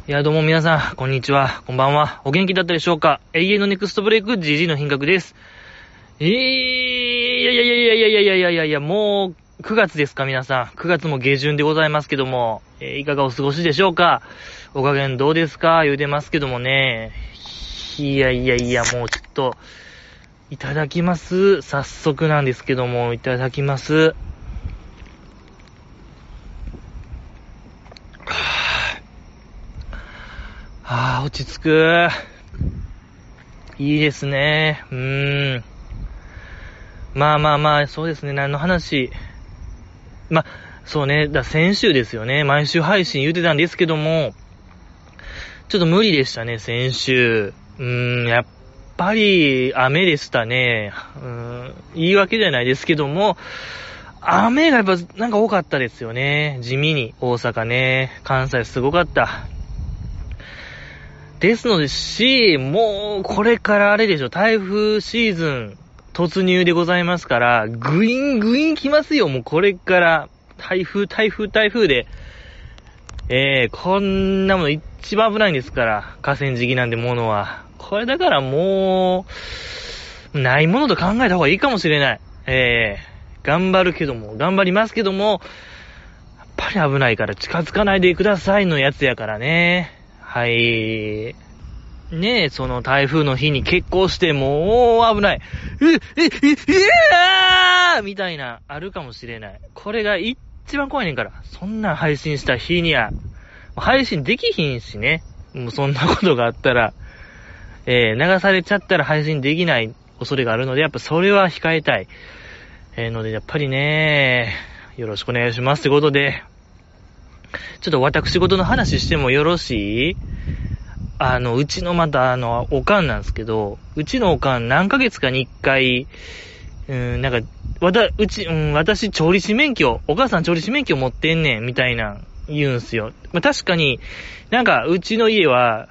いや、どうも皆さん、こんにちは、こんばんは。お元気だったでしょうか？永遠のネクストブレイク、GG の品格です。もう、9月ですか、皆さん。9月も下旬でございますけども、いかがお過ごしでしょうか？お加減どうですか？言うてますけどもね。もうちょっと、いただきます。早速なんですけども、いただきます。落ち着く。いいですね。まあ、そうですね。何の話。そうね。先週ですよね。毎週配信言うてたんですけども、ちょっと無理でしたね、先週。やっぱり雨でしたね。言い訳じゃないですけども、雨がやっぱなんか多かったですよね。地味に。大阪ね。関西すごかった。ですのでもうこれからあれでしょ、台風シーズン突入でございますから、ぐいんぐいん来ますよ、もうこれから。台風で。こんなもの一番危ないんですから、河川敷なんでものは。これだからもう、ないものと考えた方がいいかもしれない。頑張りますけども、やっぱり危ないから近づかないでくださいのやつやからね。はい。ねえ、その台風の日に結婚してもう危ない。みたいな、あるかもしれない。これが一番怖いねんから。そんな配信した日には、配信できひんしね。もうそんなことがあったら、流されちゃったら配信できない恐れがあるので、やっぱそれは控えたい。ので、やっぱりね、よろしくお願いしますってことで、ちょっと私事の話してもよろしい？うちのおかんなんですけど、うちのおかん何ヶ月かに一回、私調理師免許、お母さん調理師免許持ってんねん、みたいな言うんすよ。確かに、うちの家は、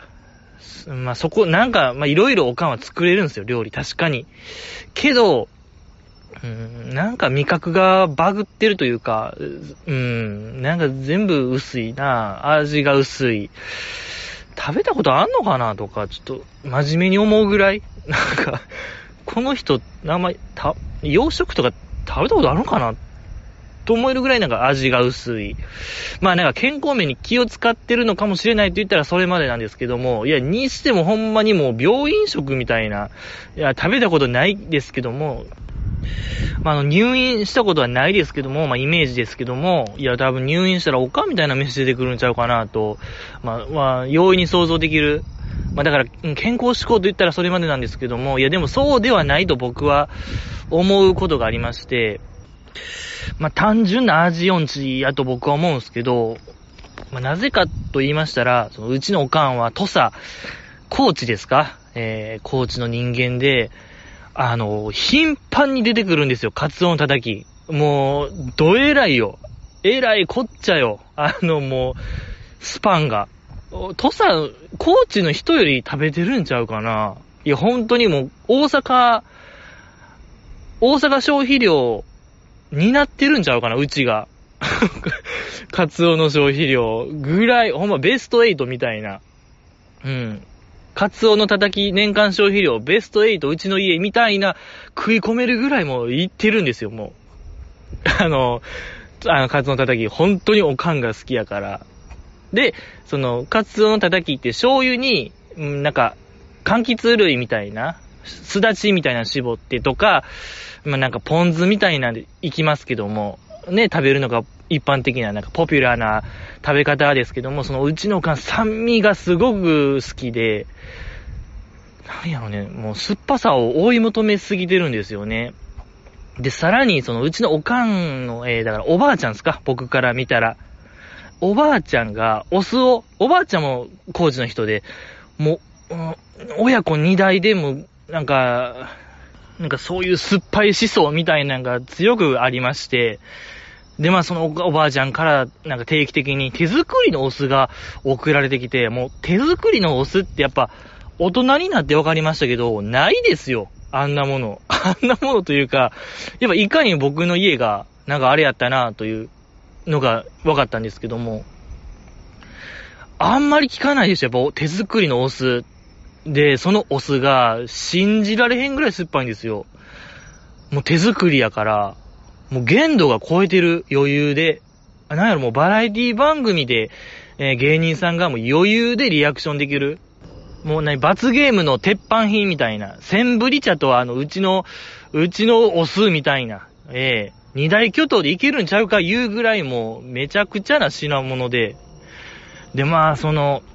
いろいろおかんは作れるんですよ、料理、確かに。けど、味覚がバグってるというか、全部薄いな、味が薄い。食べたことあんのかなとか、ちょっと、真面目に思うぐらい、この人、洋食とか食べたことあるのかなと思えるぐらい味が薄い。健康面に気を使ってるのかもしれないと言ったらそれまでなんですけども、にしてもほんまにもう病院食みたいな、食べたことないですけども、入院したことはないですけども、イメージですけども、多分入院したらおかんみたいな飯出てくるんちゃうかなと、容易に想像できる。だから、健康志向と言ったらそれまでなんですけども、でもそうではないと僕は思うことがありまして、単純な味音痴やと僕は思うんですけど、なぜかと言いましたら、うちのおかんは高知ですか？高知の人間で、頻繁に出てくるんですよ、カツオのたたき。もう、どえらいよ。えらいこっちゃよ。もう、スパンが。高知の人より食べてるんちゃうかな。本当にもう、大阪消費量、になってるんちゃうかな、うちが。カツオの消費量ぐらい、ほんまベスト8みたいな。カツオのたたき年間消費量ベスト8うちの家みたいな食い込めるぐらいもういってるんですよ、もう。カツオのたたき本当におかんが好きやから。で、カツオのたたきって醤油に、柑橘類みたいな、すだちみたいな絞ってとか、ポン酢みたいなんでいきますけども、ね、食べるのが一般的なポピュラーな食べ方ですけども、うちのおかん酸味がすごく好きで、もう酸っぱさを追い求めすぎてるんですよね。で、さらにうちのおかんの、だからおばあちゃんですか？僕から見たら。おばあちゃんがおばあちゃんも高知の人で、もう、親子二代でも、そういう酸っぱい思想みたいなのが強くありまして、で、おばあちゃんから、定期的に手作りのお酢が送られてきて、もう手作りのお酢ってやっぱ、大人になって分かりましたけど、ないですよ。あんなもの。あんなものというか、やっぱいかに僕の家が、あれやったなというのが分かったんですけども、 あんまり聞かないでしょ、やっぱ手作りのお酢。で、そのお酢が信じられへんぐらい酸っぱいんですよ。もう手作りやから、もう限度が超えてる余裕で、なんやろもうバラエティ番組で、芸人さんがもう余裕でリアクションできる。もう罰ゲームの鉄板品みたいな。センブリ茶とうちのお酢みたいな。二大巨頭でいけるんちゃうか言うぐらいもうめちゃくちゃな品物で。で、まあ、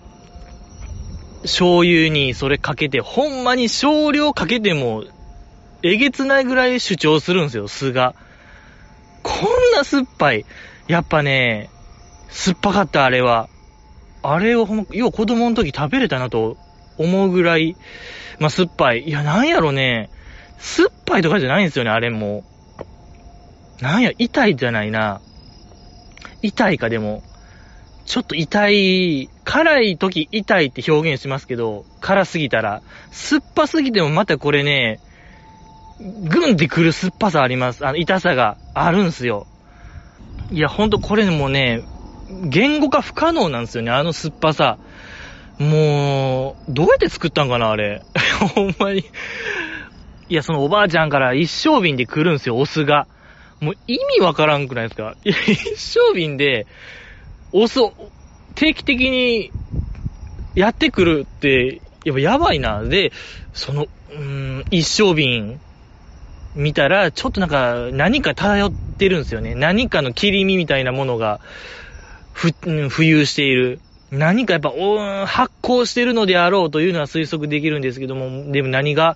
醤油にそれかけて、ほんまに少量かけても、えげつないぐらい主張するんですよ、酢が。こんな酸っぱい。やっぱね、酸っぱかった、あれは。あれをよう子供の時食べれたなと思うぐらい、まあ、酸っぱい。いや、なんやろね。酸っぱいとかじゃないんですよね、あれも。なんや、痛いじゃないな。痛いかでも。ちょっと痛い、辛い時痛いって表現しますけど、辛すぎたら。酸っぱすぎてもまたこれね、グンってくる酸っぱさあります。痛さがあるんすよ。いや、ほんとこれもね、言語化不可能なんですよね、酸っぱさ。もう、どうやって作ったんかな、あれ。ほんまに。いや、そのおばあちゃんから一升瓶で来るんですよ、お酢が。もう意味わからんくないですか？いや、一升瓶で、お酢を定期的にやってくるって、やっぱやばいな。で、一升瓶見たら、ちょっと何か漂ってるんですよね。何かの切り身みたいなものが、浮遊している。何かやっぱ、発酵してるのであろうというのは推測できるんですけども、でも何が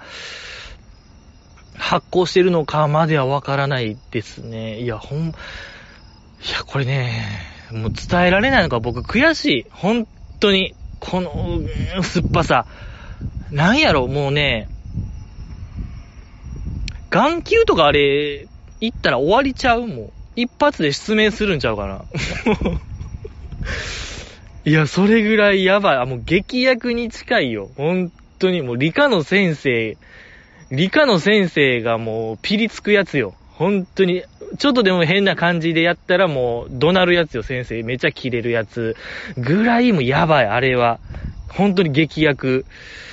発酵してるのかまではわからないですね。いや、これね、もう伝えられないのか僕悔しい。本当に、この、酸っぱさ。なんやろ、もうね、眼球とかあれ、行ったら終わりちゃう？もう。一発で失明するんちゃうかな。いや、それぐらいやばい。もう劇薬に近いよ。本当に、もう理科の先生がもうピリつくやつよ。本当に、ちょっとでも変な感じでやったらもう怒鳴るやつよ、先生。めちゃキレるやつ。ぐらいもやばい、あれは。本当に劇薬。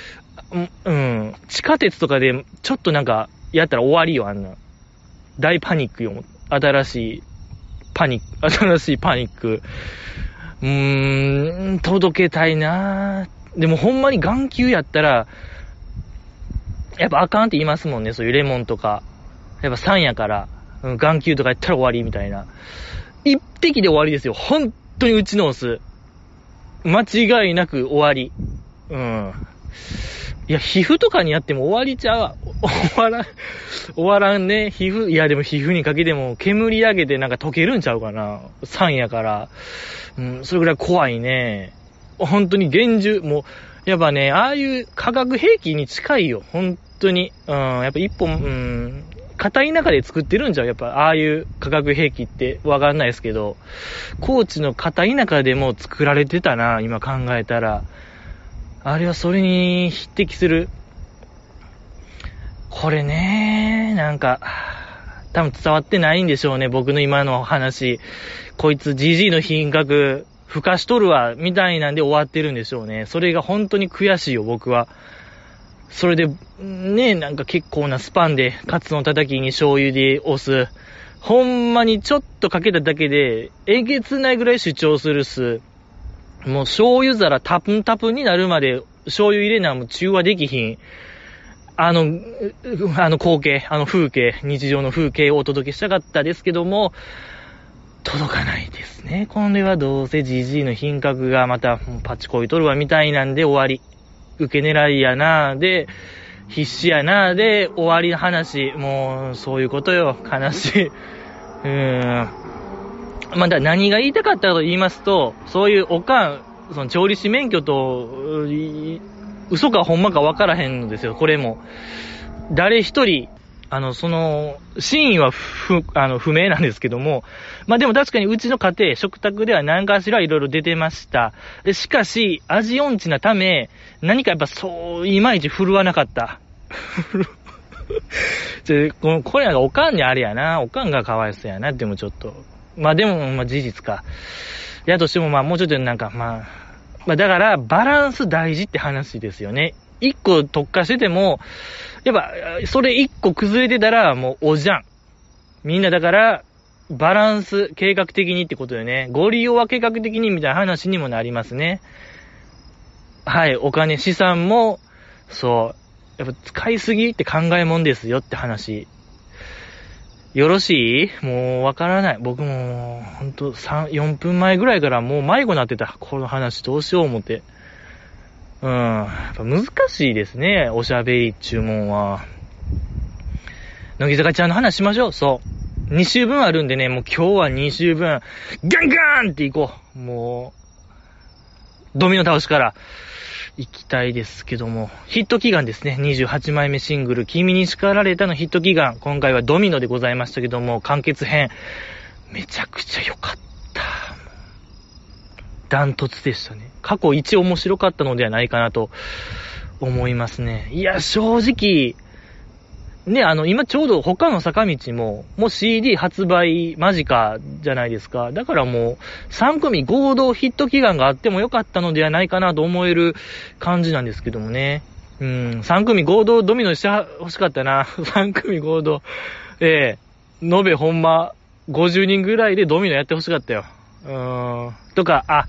地下鉄とかでちょっとやったら終わりよ、あんな。大パニックよ。新しいパニック。届けたいなぁ。でもほんまに眼球やったら、やっぱあかんって言いますもんね。そういうレモンとか。やっぱ酸やから、眼球とかやったら終わりみたいな。一滴で終わりですよ。本当にうちのお酢。間違いなく終わり。いや、皮膚とかにやっても終わりちゃう。終わらんね。いやでも皮膚にかけても煙上げて溶けるんちゃうかな。酸やから。それぐらい怖いね。本当に厳重、もう、やっぱね、ああいう化学兵器に近いよ。本当に。やっぱ一本、片田舎で作ってるんじゃう？やっぱ、ああいう化学兵器ってわかんないですけど、高知の片田舎でも作られてたな、今考えたら。あれはそれに匹敵する。これね、多分伝わってないんでしょうね、僕の今の話。こいつ、ジジイの品格、ふかしとるわ、みたいなんで終わってるんでしょうね。それが本当に悔しいよ、僕は。それで、ね、結構なスパンで、カツのたたきに醤油で押す。ほんまにちょっとかけただけで、えげつないぐらい主張する酢。もう醤油皿タプンタプンになるまで醤油入れなも中和できひん。光景、風景、日常の風景をお届けしたかったですけども、届かないですね。これはどうせジジイの品格がまたパチこいとるわみたいなんで終わり。受け狙いやなで、必死やなで終わりの話。もう、そういうことよ。悲しい。何が言いたかったかと言いますと、そういうその調理師免許と、嘘かほんまか分からへんのですよ、これも。誰一人、真意は不明なんですけども、でも確かにうちの家庭、食卓では何かしらいろいろ出てました。で、しかし、味音痴なため、何かやっぱいまいち振るわなかった。これおかんにあれやな、おかんがかわいそうやな、でもちょっと。でも、事実か。やとしてももうちょっとだからバランス大事って話ですよね。一個特化してても、やっぱそれ一個崩れてたらもうおじゃん。みんなだからバランス計画的にってことよね。ご利用は計画的にみたいな話にもなりますね。はい、お金資産もそうやっぱ使いすぎって考えもんですよって話。よろしい？もうわからない。僕もほんと4分前ぐらいからもう迷子になってた。この話どうしよう思って。やっぱ難しいですね。おしゃべり注文は。乃木坂ちゃんの話しましょう。そう。2週分あるんでね、もう今日は2週分、ガンガーンっていこう。もう、ドミノ倒しから行きたいですけども、ヒット祈願ですね。28枚目シングル、君に叱られたのヒット祈願。今回はドミノでございましたけども、完結編。めちゃくちゃ良かった。ダントツでしたね。過去一面白かったのではないかなと思いますね。いや、正直、ね、今ちょうど他の坂道もう CD 発売間近じゃないですか。だからもう3組合同ヒット祈願があってもよかったのではないかなと思える感じなんですけどもね。3組合同ドミノしてほしかったな。3組合同。延べほんま50人ぐらいでドミノやってほしかったよ。とか、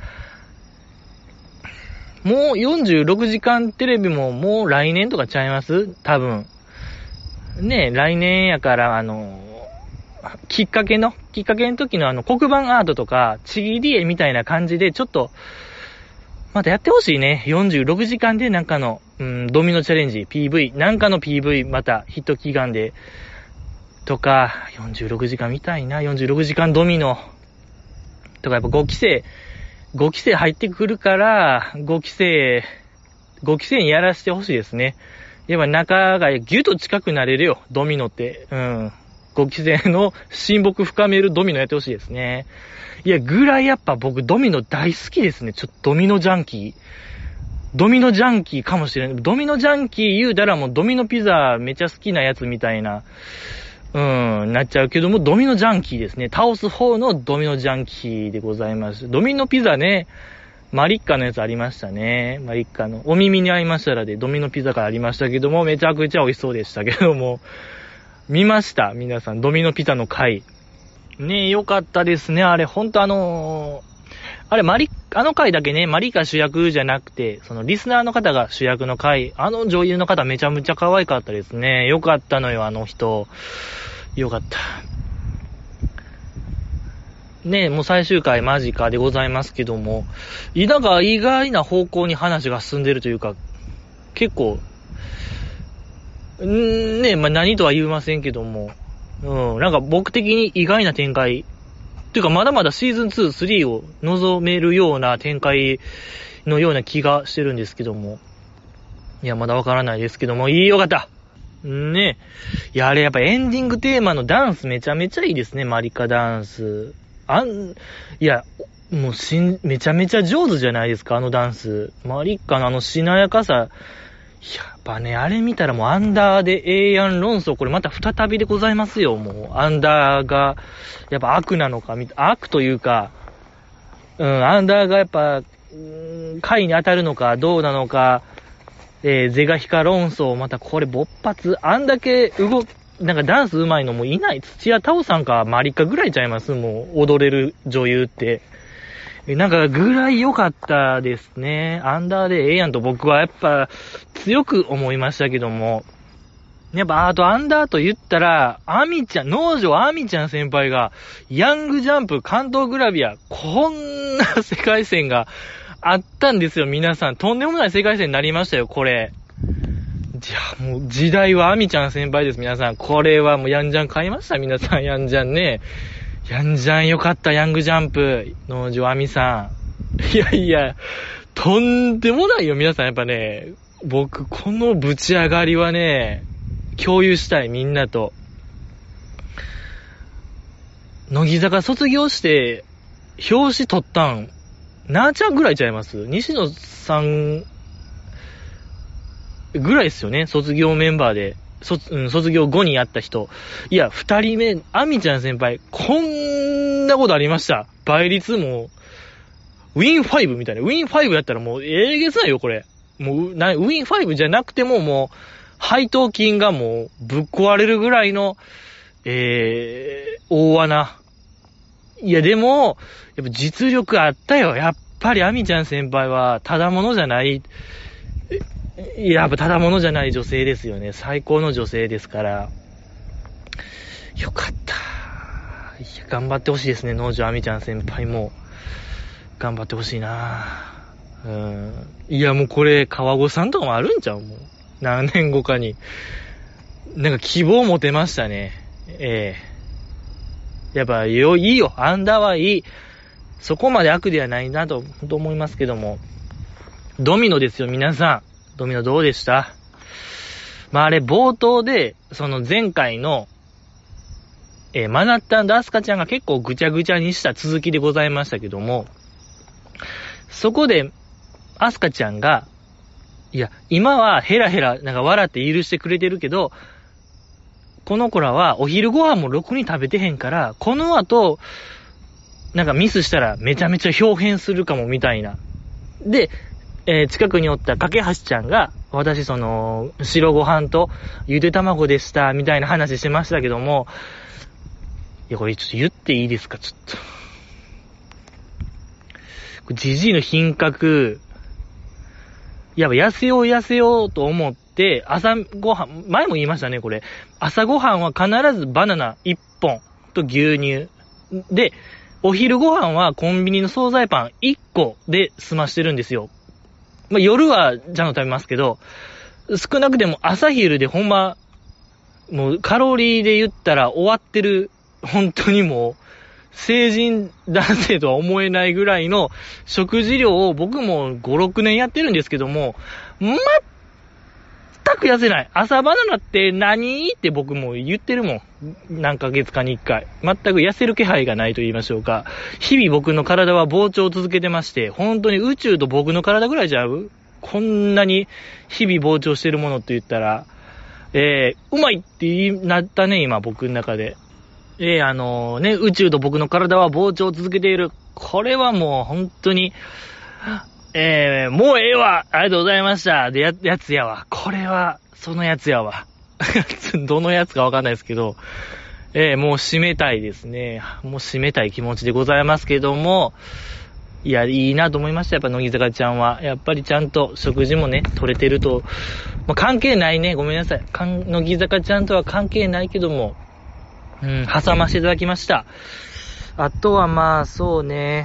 もう46時間テレビももう来年とかちゃいます？多分。ねえ、来年やから、きっかけの時の黒板アートとか、ちぎり絵みたいな感じで、ちょっと、またやってほしいね。46時間でなんかの、ドミノチャレンジ、PV、なんかの PV、またヒット祈願で、とか、46時間見たいな、46時間ドミノ。とか、やっぱ5期生入ってくるから、5期生にやらせてほしいですね。やっぱ中がギュッと近くなれるよ、ドミノって。5期生の親睦深めるドミノやってほしいですね。いや、ぐらいやっぱ僕ドミノ大好きですね。ちょっとドミノジャンキーかもしれない。ドミノジャンキー言うたらもうドミノピザめちゃ好きなやつみたいな、なっちゃうけども、ドミノジャンキーですね。倒す方のドミノジャンキーでございます。ドミノピザね、マリッカのやつありましたね。マリッカのお耳に合いましたらでドミノピザがありましたけども、めちゃくちゃ美味しそうでしたけども、見ました皆さん、ドミノピザの回。ねえ、よかったですね。あれ、ほんとあの回だけね、マリカ主役じゃなくて、そのリスナーの方が主役の回、女優の方めちゃめちゃ可愛かったですね。よかったのよ、あの人。よかった。ねえ、もう最終回間近でございますけども、なんか意外な方向に話が進んでるというか、結構、ねえ、何とは言いませんけども、なんか僕的に意外な展開、というかまだまだシーズン2、3を望めるような展開のような気がしてるんですけども、いや、まだわからないですけども、よかったねえ。いや、あれやっぱエンディングテーマのダンスめちゃめちゃいいですね、マリカダンス。いや、もうめちゃめちゃ上手じゃないですか、あのダンス。マリッカのしなやかさ。やっぱね、あれ見たらもうアンダーでエイヤン論争、これまた再びでございますよ、もう。アンダーが、やっぱ悪なのか、悪というか、アンダーがやっぱ、回に当たるのか、どうなのか、ゼガヒカ論争、またこれ勃発、あんだけなんかダンス上手いのもいない。土屋太鳳さんかマリカぐらいちゃいます？もう踊れる女優って。なんかぐらい良かったですね。アンダーでええやんと僕はやっぱ強く思いましたけども。やっぱあとアンダーと言ったら、農場アミちゃん先輩がヤングジャンプ関東グラビア、こんな世界線があったんですよ、皆さん。とんでもない世界線になりましたよ、これ。じゃあもう時代はアミちゃん先輩です、皆さん。これはもうヤンジャン買いました、皆さん。ヤンジャンね。ヤンジャンよかった、ヤングジャンプ。農場アミさん。いや、とんでもないよ、皆さん。やっぱね、僕、このぶち上がりはね、共有したい、みんなと。乃木坂卒業して、表紙取ったん、なーちゃんぐらいちゃいます？西野さんぐらいですよね、卒業メンバーで。卒業後にやった人。いや、二人目、アミちゃん先輩、こんなことありました。倍率も、 ウィン5みたいな。ウィン5やったらもうえげつないよ、これ。もう、ウィン5じゃなくてももう、配当金がもうぶっ壊れるぐらいの、大穴。いや、でも、やっぱ実力あったよ。やっぱりアミちゃん先輩は、ただものじゃない、やっぱただものじゃない女性ですよね。最高の女性ですから。よかった。いや、頑張ってほしいですね。農場アミちゃん先輩も。頑張ってほしいな。いや、もうこれ、川越さんとかもあるんちゃう？もう。何年後かに。なんか希望持てましたね。やっぱいいよ。アンダーはいい。そこまで悪ではないなと思いますけども。ドミノですよ、皆さん。ドミノどうでした？まああれ、冒頭で、その前回の、マナッタンとアスカちゃんが結構ぐちゃぐちゃにした続きでございましたけども、そこで、アスカちゃんが、いや、今はヘラヘラ、なんか笑って許してくれてるけど、この子らはお昼ご飯もろくに食べてへんから、この後、なんかミスしたらめちゃめちゃ表変するかもみたいな。で、近くにおった架橋ちゃんが、私白ご飯とゆで卵でした、みたいな話してましたけども、いや、これちょっと言っていいですか、ちょっと。ジジイの品格、やっぱ痩せようと思って、朝ごはん、前も言いましたね、これ。朝ごはんは必ずバナナ1本と牛乳。で、お昼ごはんはコンビニの惣菜パン1個で済ましてるんですよ。まあ、夜はちゃんと食べますけど、少なくても朝昼でほんま、もうカロリーで言ったら終わってる、本当にもう、成人男性とは思えないぐらいの食事量を僕も5、6年やってるんですけども、全く痩せない。朝バナナって何って僕も言ってるもん。何ヶ月かに1回。全く痩せる気配がないと言いましょうか。日々僕の体は膨張を続けてまして、本当に宇宙と僕の体ぐらいちゃう？こんなに日々膨張してるものって言ったら、うまいってなったね、今僕の中で。宇宙と僕の体は膨張を続けている。これはもう本当に、もうええわありがとうございましたでやつやわ。これは、そのやつやわ。どのやつかわかんないですけど、もう締めたいですね。もう締めたい気持ちでございますけども、いや、いいなと思いました。やっぱ乃木坂ちゃんは。やっぱりちゃんと食事もね、取れてると、まあ、関係ないね。ごめんなさい。乃木坂ちゃんとは関係ないけども、挟ませていただきました。あとはまあ、そうね。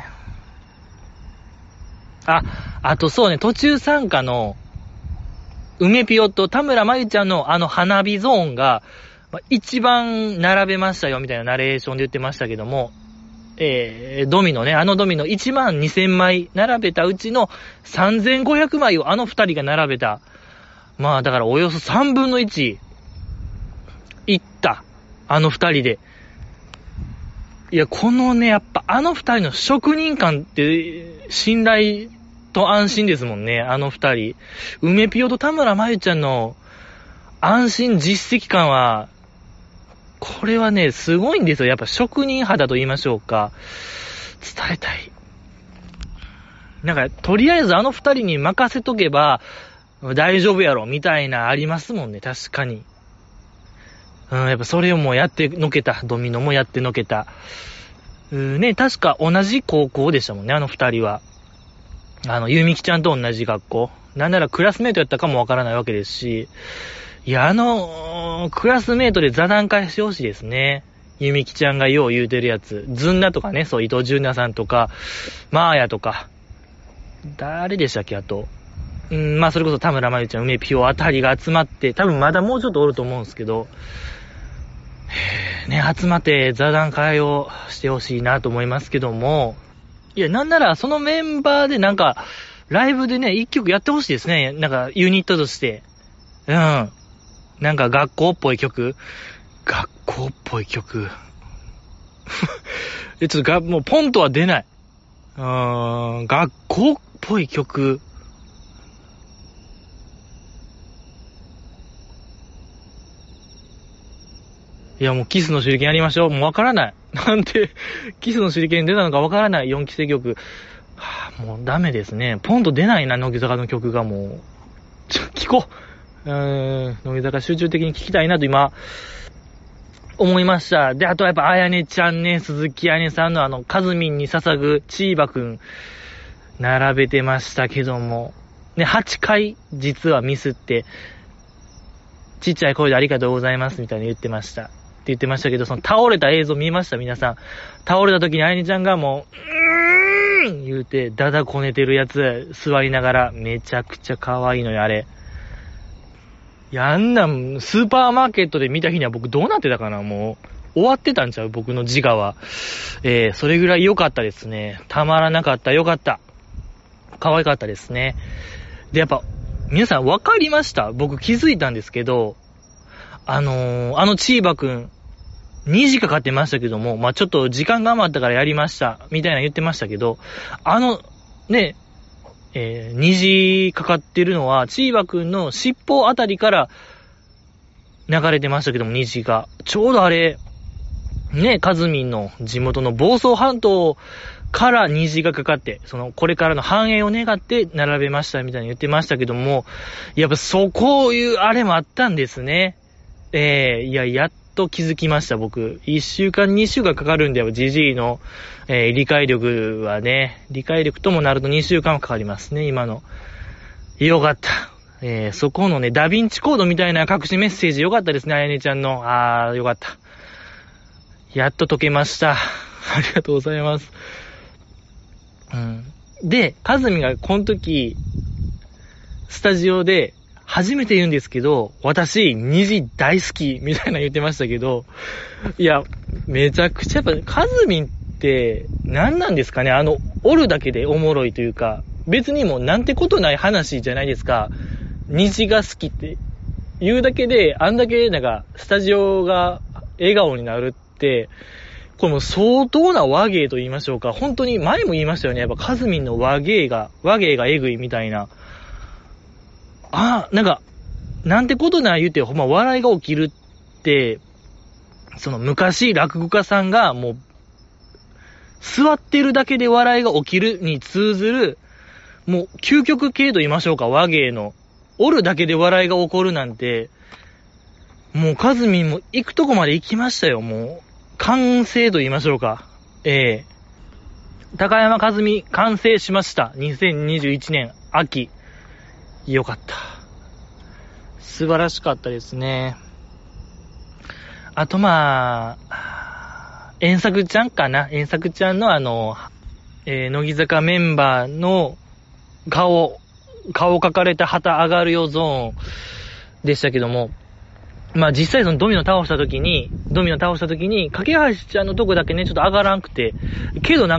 あとそうね、途中参加の、梅ピオと田村真由ちゃんの花火ゾーンが、一番並べましたよみたいなナレーションで言ってましたけども、ドミノね、ドミノ12,000枚並べたうちの3,500枚を2人が並べた。まあだからおよそ3分の1、いった。2人で。いや、このね、やっぱ2人の職人感って信頼と安心ですもんね、2人。梅ピオと田村真由ちゃんの安心実績感は、これはね、すごいんですよ。やっぱ職人肌と言いましょうか。伝えたい。なんか、とりあえず2人に任せとけば大丈夫やろ、みたいなありますもんね、確かに。やっぱそれをもうやってのけた。ドミノもやってのけた。ね、確か同じ高校でしたもんね、2人は。ゆみきちゃんと同じ学校。なんならクラスメイトやったかもわからないわけですし。いや、クラスメイトで座談会してほしいですね。ゆみきちゃんがよう言うてるやつ。ずんなとかね、そう、伊藤純奈さんとか、マーヤとか。誰でしたっけ、あと。まあ、それこそ田村真由ちゃん、梅ピオあたりが集まって、多分まだもうちょっとおると思うんですけど、ね、集まって座談会をしてほしいなと思いますけども、いや、なんならそのメンバーでなんか、ライブでね、一曲やってほしいですね。なんか、ユニットとして。なんか学校っぽい曲。学校っぽい曲。ちょっともうポンとは出ない。学校っぽい曲。いや、もうキスの手裏剣やりましょう。もうわからない。なんで、キスの手裏剣出たのかわからない4期生曲。 もうダメですね。ポンと出ないな、乃木坂の曲がもう。聞こう。乃木坂集中的に聞きたいなと今、思いました。で、あとはやっぱ、あやねちゃんね、鈴木あやねさんのカズミンに捧ぐチーバくん、並べてましたけども。ね、8回、実はミスって、ちっちゃい声でありがとうございますみたいに言ってました。って言ってましたけど、その倒れた映像見ました皆さん。倒れた時にあやねちゃんがもう、言うて、だだこねてるやつ、座りながら、めちゃくちゃ可愛いのよ、あれ。いや、あんなん、スーパーマーケットで見た日には僕どうなってたかな、もう。終わってたんちゃう僕の自我は。それぐらい良かったですね。たまらなかった。良かった。可愛かったですね。で、やっぱ、皆さん分かりました？僕気づいたんですけど、チーバくん、2時かかってましたけども、まあ、ちょっと時間が余ったからやりました、みたいな言ってましたけど、ね、2時かかってるのは、チーバくんの尻尾あたりから流れてましたけども、2時が。ちょうどあれ、ね、カズミンの地元の房総半島から虹がかかって、これからの繁栄を願って並べましたみたいに言ってましたけども、やっぱこういうあれもあったんですね。やっと気づきました、僕。1週間、2週間かかるんだよ、ジジイの、理解力はね。理解力ともなると2週間はかかりますね、今の。よかった。そこのね、ダヴィンチコードみたいな隠しメッセージよかったですね、あやねちゃんの。よかった。やっと解けました。ありがとうございます。で、カズミがこの時、スタジオで初めて言うんですけど、私、虹大好きみたいな言ってましたけど、いや、めちゃくちゃやっぱカズミって何なんですかね、おるだけでおもろいというか、別にもうなんてことない話じゃないですか。虹が好きって言うだけで、あんだけスタジオが笑顔になるって、これもう相当な和芸と言いましょうか。本当に前も言いましたよね。やっぱカズミンの和芸がエグいみたいな。なんてことない言って、ほんま笑いが起きるって、昔落語家さんがもう、座ってるだけで笑いが起きるに通ずる、もう究極系と言いましょうか、和芸の。おるだけで笑いが起こるなんて、もうカズミンも行くとこまで行きましたよ、もう。完成と言いましょうか。高山和美完成しました。2021年秋。よかった。素晴らしかったですね。あと遠作ちゃんかな。遠作ちゃんの乃木坂メンバーの顔描かれた旗上がるよゾーンでしたけども、実際ドミノ倒した時に、架橋ちゃんのとこだけね、ちょっと上がらんくて、けど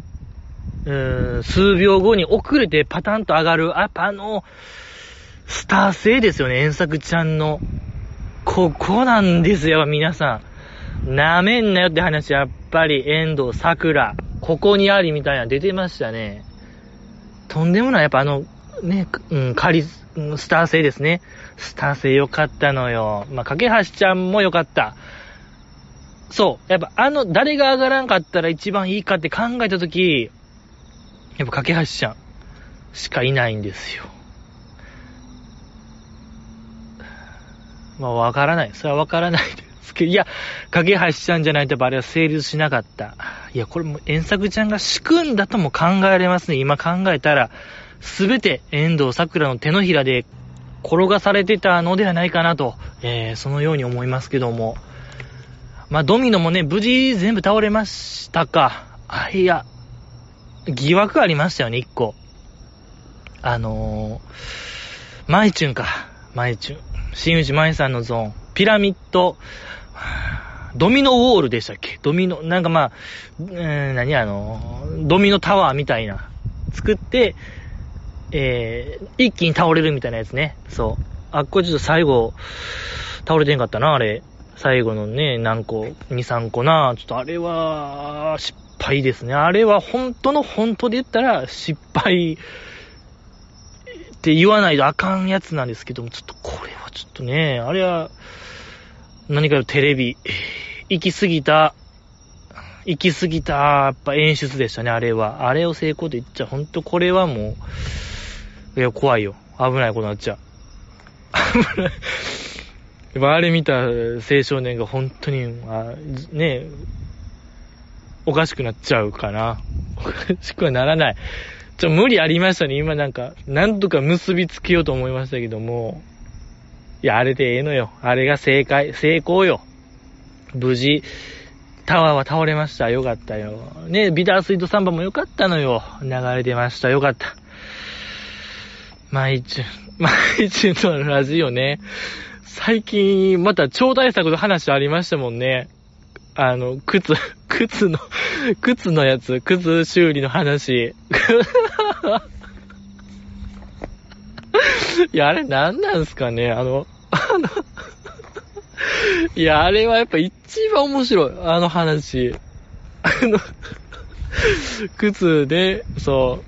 数秒後に遅れてパタンと上がる、やっぱスター性ですよね、遠作ちゃんの。ここなんですよ、皆さん。なめんなよって話、やっぱり遠藤桜、ここにありみたいな出てましたね。とんでもない、やっぱスター性ですね。スター性良かったのよ。架橋ちゃんも良かった。そう。やっぱ誰が上がらんかったら一番いいかって考えたとき、やっぱ架橋ちゃんしかいないんですよ。わからない。それはわからないですけど、いや、架橋ちゃんじゃないとやっぱあれは成立しなかった。いや、これも遠作ちゃんが仕組んだとも考えられますね。今考えたら、すべて遠藤桜の手のひらで転がされてたのではないかなと、そのように思いますけども。ドミノもね、無事全部倒れましたか。いや、疑惑ありましたよね、一個。マイチュン。新内舞さんのゾーン。ピラミッド、ドミノウォールでしたっけ？ドミノ、ドミノタワーみたいな。作って、一気に倒れるみたいなやつね。そう。これちょっと最後、倒れてんかったな、あれ。最後のね、何個、2、3個な。ちょっとあれは、失敗ですね。あれは本当で言ったら、失敗って言わないとあかんやつなんですけども、ちょっとこれはちょっとね、あれは、何かテレビ、行き過ぎた行き過ぎた、やっぱ演出でしたね、あれは。あれを成功と言っちゃ、ほんとこれはもう、いや、怖いよ。危ないことになっちゃう。危ない。やっぱあれ見た青少年が本当に、ね、おかしくなっちゃうかな。おかしくはならない。無理ありましたね。今なんとか結びつけようと思いましたけども。いや、あれでええのよ。あれが成功よ。無事、タワーは倒れました。よかったよ。ね、ビタースイートサンバもよかったのよ。流れてました。よかった。毎日のラジオね。最近、また超大作の話ありましたもんね。靴のやつ、靴修理の話。いや、あれ何なんすかね。いや、あれはやっぱ一番面白い。あの話。靴で、そう、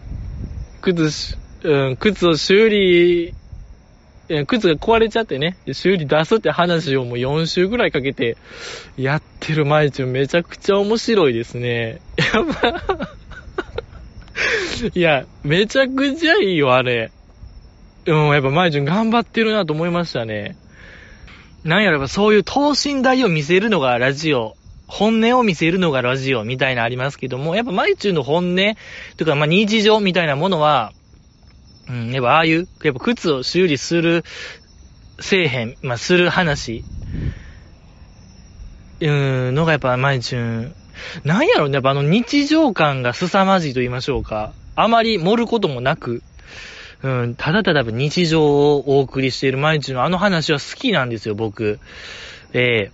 靴を修理、靴が壊れちゃってね、修理出すって話をもう4週ぐらいかけてやってる毎日めちゃくちゃ面白いですね。いや、めちゃくちゃいいよ、あれ。やっぱ毎日頑張ってるなと思いましたね。なんやらばそういう等身大を見せるのがラジオ、本音を見せるのがラジオみたいなありますけども、やっぱ毎日の本音というか日常みたいなものは、やっぱああいう、やっぱ靴を修理する、せえへん、する話、のがやっぱ毎日、なんやろね、やっぱ日常感が凄まじいと言いましょうか。あまり盛ることもなく、ただただ日常をお送りしている毎日のあの話は好きなんですよ、僕。洗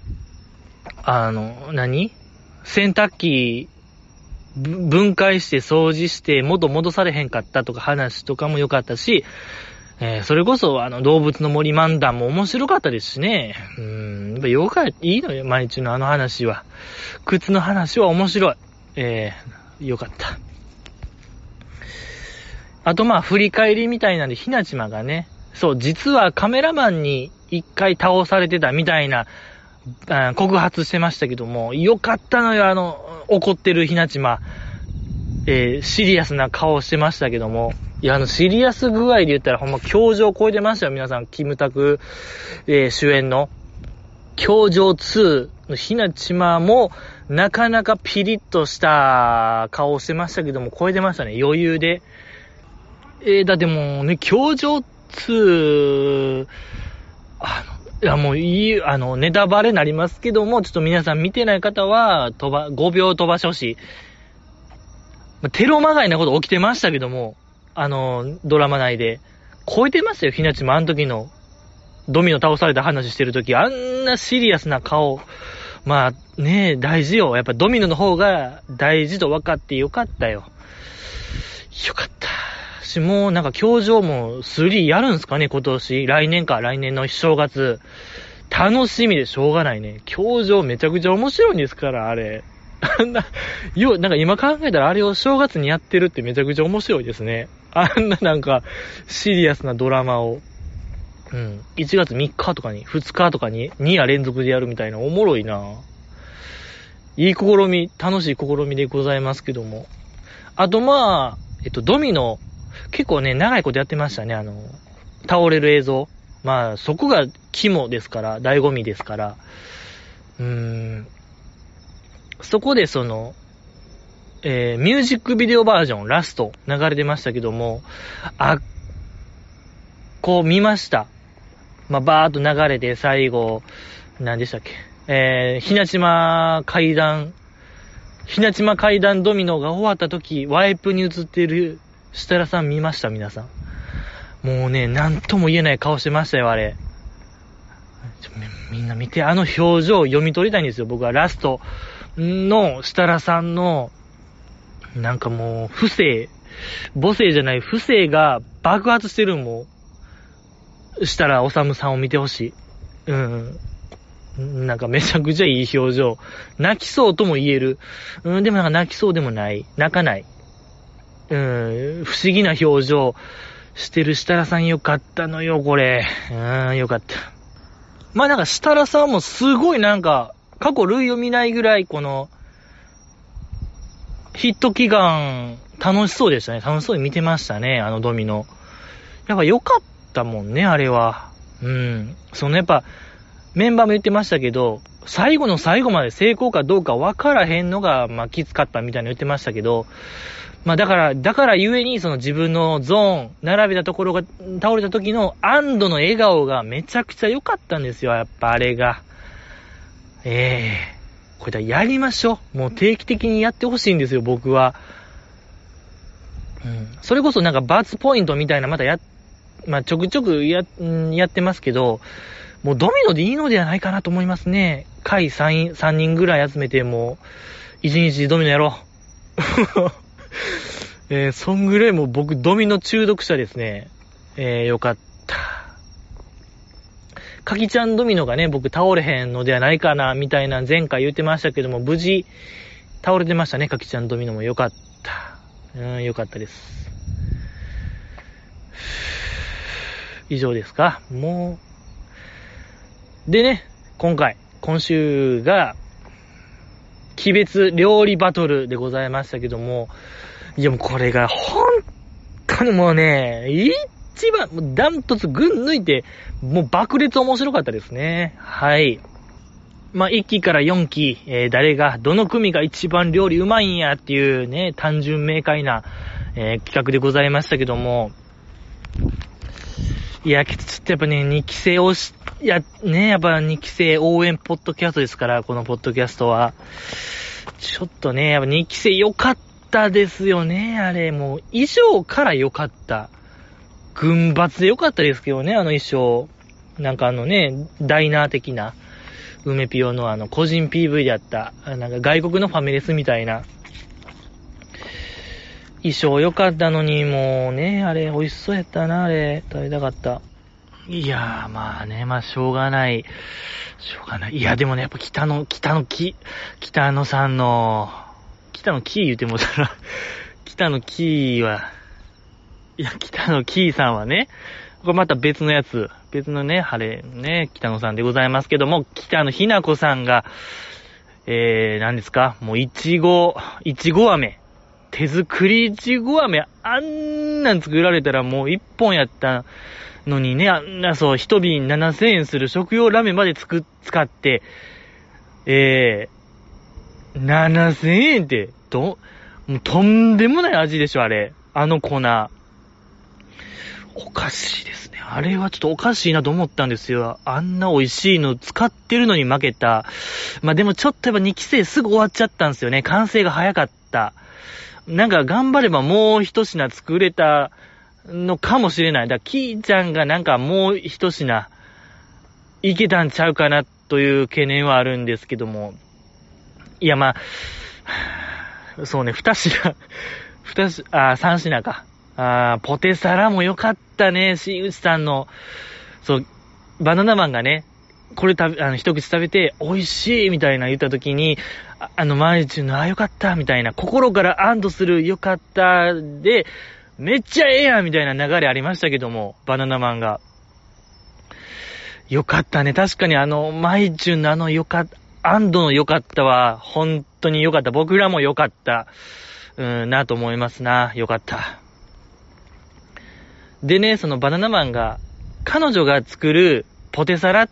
濯機、分解して掃除して元戻されへんかったとか話とかも良かったし、それこそ動物の森漫談も面白かったですしね。やっぱいいのよ、毎日のあの話は。靴の話は面白い。よかった。あと振り返りみたいなんで、ひなちまがね、そう、実はカメラマンに一回倒されてたみたいな、告発してましたけども、よかったのよ、怒ってるひなちま。シリアスな顔してましたけども、いや、シリアス具合で言ったらほんま教場超えてましたよ、皆さん。キムタク、主演の、教場2のひなちまも、なかなかピリッとした顔をしてましたけども、超えてましたね、余裕で。だってもうね、教場2、いやもういい、ネタバレになりますけども、ちょっと皆さん見てない方は、5秒飛ばしてほしい。テロまがいなこと起きてましたけども、ドラマ内で。超えてましたよ、ひなちも。あの時の、ドミノ倒された話してる時、あんなシリアスな顔。大事よ。やっぱドミノの方が大事と分かってよかったよ。よかった。もう教場も3やるんすかね、今年。来年の正月。楽しみでしょうがないね。教場めちゃくちゃ面白いんですから、あれ。今考えたらあれを正月にやってるってめちゃくちゃ面白いですね。あんなシリアスなドラマを、1月3日とかに、2日とかに2夜連続でやるみたいなおもろいな。いい試み、楽しい試みでございますけども。あとドミノ、結構ね、長いことやってましたね、倒れる映像。そこが肝ですから、醍醐味ですから。そこでミュージックビデオバージョン、ラスト、流れてましたけども、こう見ました。バーっと流れて最後、何でしたっけ。ひなちま階段ドミノが終わった時、ワイプに映っている設楽さん見ました、皆さん。もうね、なんとも言えない顔してましたよ、あれ。みんな見て、あの表情を読み取りたいんですよ、僕は。ラストの設楽さんの、もう、母性じゃない不正が爆発してるんも、設楽治さんを見てほしい。めちゃくちゃいい表情。泣きそうとも言える。でも泣きそうでもない。泣かない。不思議な表情してる設楽さんよかったのよ、これ。よかった。設楽さんもすごい過去類を見ないぐらい、 ヒット祈願、楽しそうでしたね。楽しそうに見てましたね、あのドミノ。やっぱ良かったもんね、あれは。やっぱ、メンバーも言ってましたけど、最後の最後まで成功かどうか分からへんのが、きつかったみたいな言ってましたけど、だからゆえに、自分のゾーン、並べたところが倒れた時の安堵の笑顔がめちゃくちゃ良かったんですよ、やっぱあれが。これだ、やりましょう。もう定期的にやってほしいんですよ、僕は。それこそ罰ポイントみたいな、ちょくちょくやってますけど、もうドミノでいいのではないかなと思いますね。回3人ぐらい集めて、もう、1日ドミノやろう。そんぐらいもう僕、ドミノ中毒者ですね。よかった。かきちゃんドミノがね、僕倒れへんのではないかな、みたいな前回言ってましたけども、無事、倒れてましたね、かきちゃんドミノもよかった。よかったです。以上ですか？もう。でね、今週が、鬼別料理バトルでございましたけども、いやもうこれが本当にもうね、一番、もうダントツ群抜いて、もう爆裂面白かったですね。はい。1期から4期、どの組が一番料理うまいんやっていうね、単純明快な、企画でございましたけども、いや、ちょっとやっぱね、2期生やっぱ2期生応援ポッドキャストですから、このポッドキャストは。ちょっとね、やっぱ2期生良かったですよね、あれ。もう、衣装から良かった。群抜で良かったですけどね、あの衣装。ダイナー的な、梅ピオの個人 PV であった、外国のファミレスみたいな。衣装良かったのに、もうね、あれ、美味しそうやったな、あれ。食べたかった。いやー、しょうがない。いや、でもね、やっぱ北野さんの、北野キー言うてもたら、北野キーさんはね、これまた別のね、北野さんでございますけども、北野ひな子さんが、何ですか、もういちご飴。手作りいちご飴、あんなん作られたらもう一本やったのにね、一瓶7000円する食用ラメまで使って、7000円って、もうとんでもない味でしょ、あれ。あの粉。おかしいですね。あれはちょっとおかしいなと思ったんですよ。あんな美味しいの使ってるのに負けた。でもちょっとやっぱ2期生すぐ終わっちゃったんですよね。完成が早かった。頑張ればもう一品作れたのかもしれない。キーちゃんがもう一品いけたんちゃうかなという懸念はあるんですけども。いやそうね、3品か。ポテサラも良かったね、しうちさんの。バナナマンがね、これ一口食べて、美味しいみたいな言った時に、マイチュの、よかったみたいな、心から安堵するよかったで、めっちゃええやんみたいな流れありましたけども、バナナマンが。よかったね。確かにマイチュの安堵のよかったは、本当によかった。僕らもよかった。なと思いますな。よかった。でね、バナナマンが、彼女が作るポテサラって、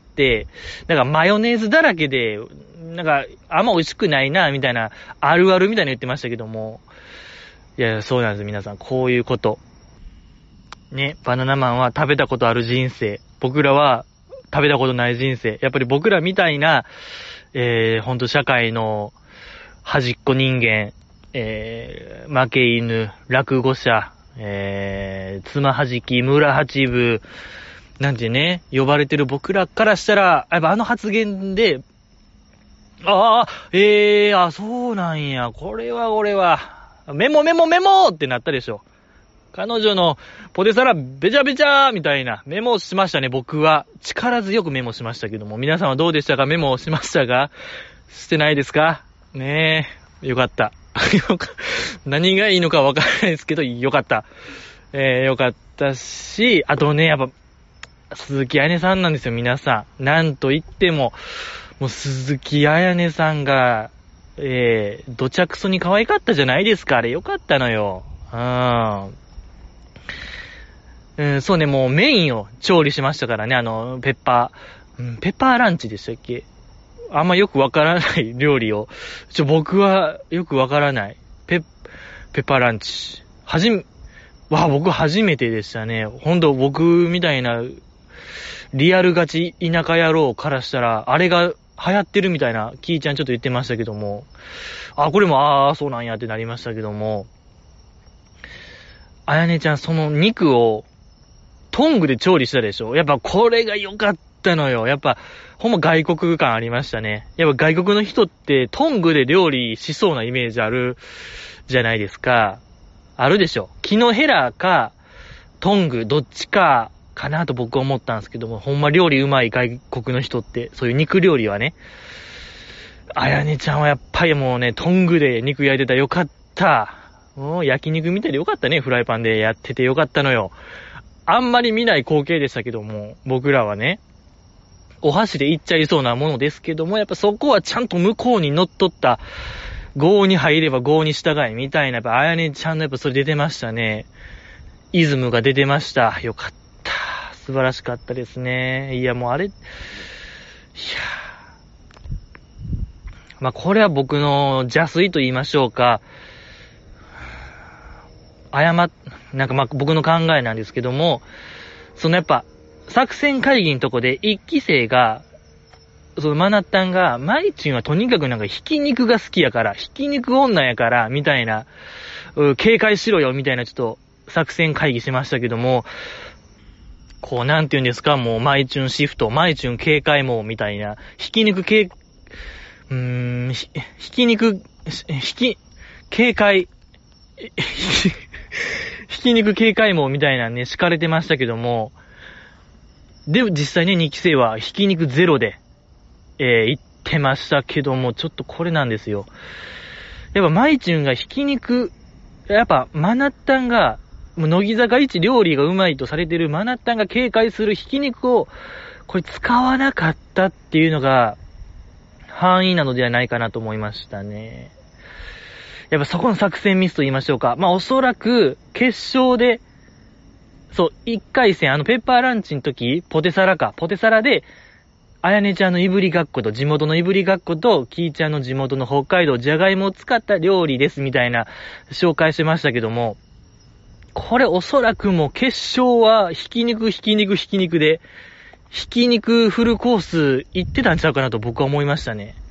マヨネーズだらけで、あんま美味しくないな、みたいな、あるあるみたいな言ってましたけども。いや、そうなんです、皆さん。こういうこと。ね、バナナマンは食べたことある人生。僕らは食べたことない人生。やっぱり僕らみたいな、ほんと社会の端っこ人間、負け犬、落語者、つまはじき、村八部、なんてね、呼ばれてる僕らからしたら、やっぱ発言で、そうなんや、これは、メモってなったでしょ。彼女のポテサラべちゃべちゃみたいなメモしましたね、僕は。力強くメモしましたけども、皆さんはどうでしたか？メモしましたか？してないですか？ねえ、よかった。何がいいのかわからないですけど、よかった。よかったし、あとね、やっぱ、鈴木彩音さんなんですよ、皆さん。なんと言っても、もう鈴木彩音さんが、 どちゃくそに可愛かったじゃないですか。あれよかったのよ。そうね、もうメインを調理しましたからね、ペッパーランチでしたっけ？あんまよくわからない料理を。僕はよくわからない。ペッパーランチ。僕初めてでしたね。ほんと僕みたいな、リアルガチ田舎野郎からしたら、あれが流行ってるみたいな、キーちゃんちょっと言ってましたけども。これも、そうなんやってなりましたけども。あやねちゃん、その肉を、トングで調理したでしょ？やっぱこれが良かったのよ。やっぱ、ほんま外国感ありましたね。やっぱ外国の人ってトングで料理しそうなイメージあるじゃないですか。あるでしょ。木のヘラか、トング、どっちかなと僕は思ったんですけども、ほんま料理うまい外国の人って、そういう肉料理はね。あやねちゃんはやっぱりもうね、トングで肉焼いてたらよかった。もう焼肉みたいでよかったね。フライパンでやっててよかったのよ。あんまり見ない光景でしたけども、僕らはね、お箸でいっちゃいそうなものですけども、やっぱそこはちゃんと向こうに乗っ取った、業に入れば業に従いみたいな、やっぱあやねちゃんのやっぱそれ出てましたね。イズムが出てました。よかった。素晴らしかったですね。いやもうあれ、これは僕の邪推と言いましょうか。僕の考えなんですけども、やっぱ、作戦会議のとこで一期生が、マナッタンが、マイチンはとにかくひき肉が好きやから、ひき肉女やから、みたいな、警戒しろよ、みたいなちょっと、作戦会議しましたけども、なんて言うんですか、もう、マイチュンシフト、マイチュン警戒網、みたいな、警戒、ひき肉警戒網みたいなね、敷かれてましたけども、で、実際ね、2期生はひき肉ゼロで、言ってましたけども、ちょっとこれなんですよ。やっぱ、マイチュンがひき肉、やっぱ、マナッタンが、もう乃木坂一料理がうまいとされてるマナッタンが警戒するひき肉を、これ使わなかったっていうのが、範囲なのではないかなと思いましたね。やっぱそこの作戦ミスと言いましょうか。おそらく、決勝で、1回戦、ペッパーランチの時、ポテサラで、あやねちゃんのいぶりがっこと、地元のいぶりがっこと、きーちゃんの地元の北海道、じゃがいもを使った料理です、みたいな、紹介しましたけども、これおそらくもう決勝は、ひき肉で、ひき肉フルコース行ってたんちゃうかなと僕は思いましたね。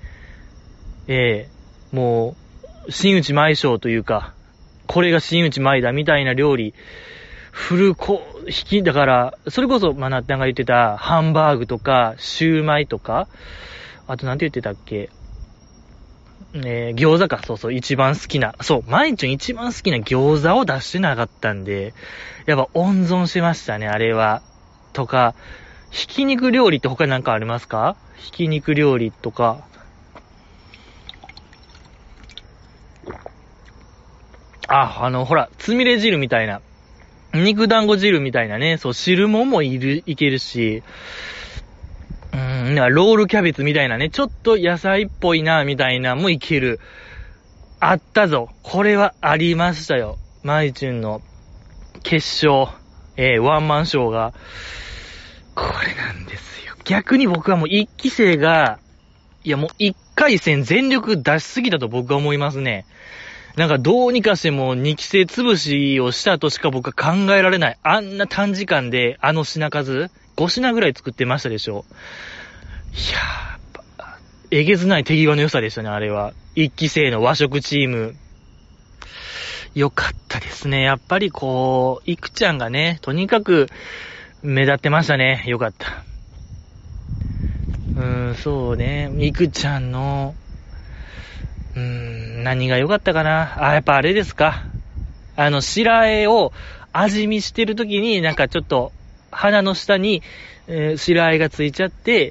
もう、新内舞賞というか、これが新内舞だみたいな料理、だから、それこそマナッタンが言ってたハンバーグとか、シューマイとか、あとなんて言ってたっけ、餃子か、一番好きな、マイチュン一番好きな餃子を出してなかったんで、やっぱ温存しましたね、あれは。とか、ひき肉料理って他になんかありますか？ひき肉料理とか。ほら、つみれ汁みたいな。肉団子汁みたいなね。汁もんもいけるし。ロールキャベツみたいなね。ちょっと野菜っぽいな、みたいなもいける。あったぞ。これはありましたよ。マイチュンの決勝。ワンマンショーが。これなんですよ。逆に僕はもう一期生が、もう一回戦全力出しすぎたと僕は思いますね。どうにかしても2期生潰しをしたとしか僕は考えられない。あんな短時間で品数5品ぐらい作ってましたでしょ。いやー、えげつない手際の良さでしたね、あれは。一期生の和食チーム。よかったですね。やっぱりいくちゃんがね、とにかく目立ってましたね。よかった。そうね。いくちゃんの、何が良かったかな。やっぱあれですか。白あえを味見してるときにちょっと鼻の下に、白あえがついちゃって、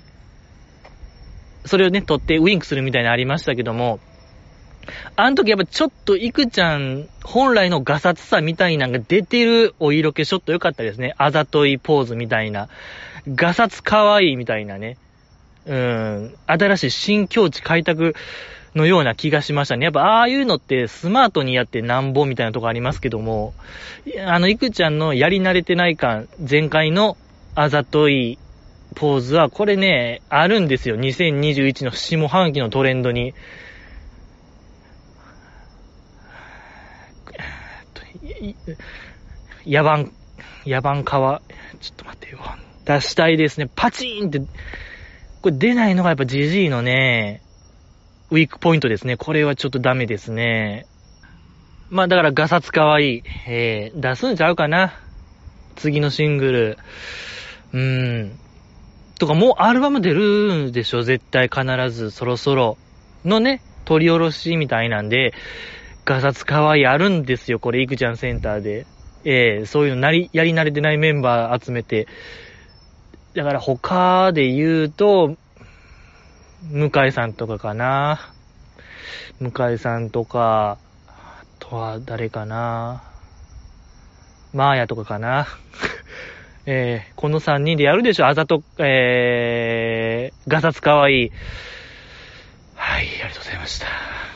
それをね、取ってウィンクするみたいなのありましたけども、あの時やっぱちょっといくちゃん本来のガサツさみたいなのが出てるお色気ショット良かったですね。あざといポーズみたいな。ガサツ可愛いみたいなね。新しい新境地開拓のような気がしましたね。やっぱああいうのってスマートにやってなんぼみたいなとこありますけども、いくちゃんのやり慣れてない感、前回のあざといポーズはこれね、あるんですよ。2021の下半期のトレンドに。野蛮川、ちょっと待ってよ。出したいですね。パチーンって、これ出ないのがやっぱジジイのね、ウィークポイントですね。これはちょっとダメですね。まあだからガサツかわいい。出すんちゃうかな。次のシングル。とかもうアルバム出るんでしょ絶対必ずそろそろ。のね、取り下ろしみたいなんで、ガサツかわいいあるんですよ。これ、いくちゃんセンターで。そういうのやり慣れてないメンバー集めて。だから他で言うと、向井さんとかかな。向井さんとか、あとは誰かな。マーヤとかかな。この3人でやるでしょ。あざと、ガサツかわいい。はい、ありがとうございました。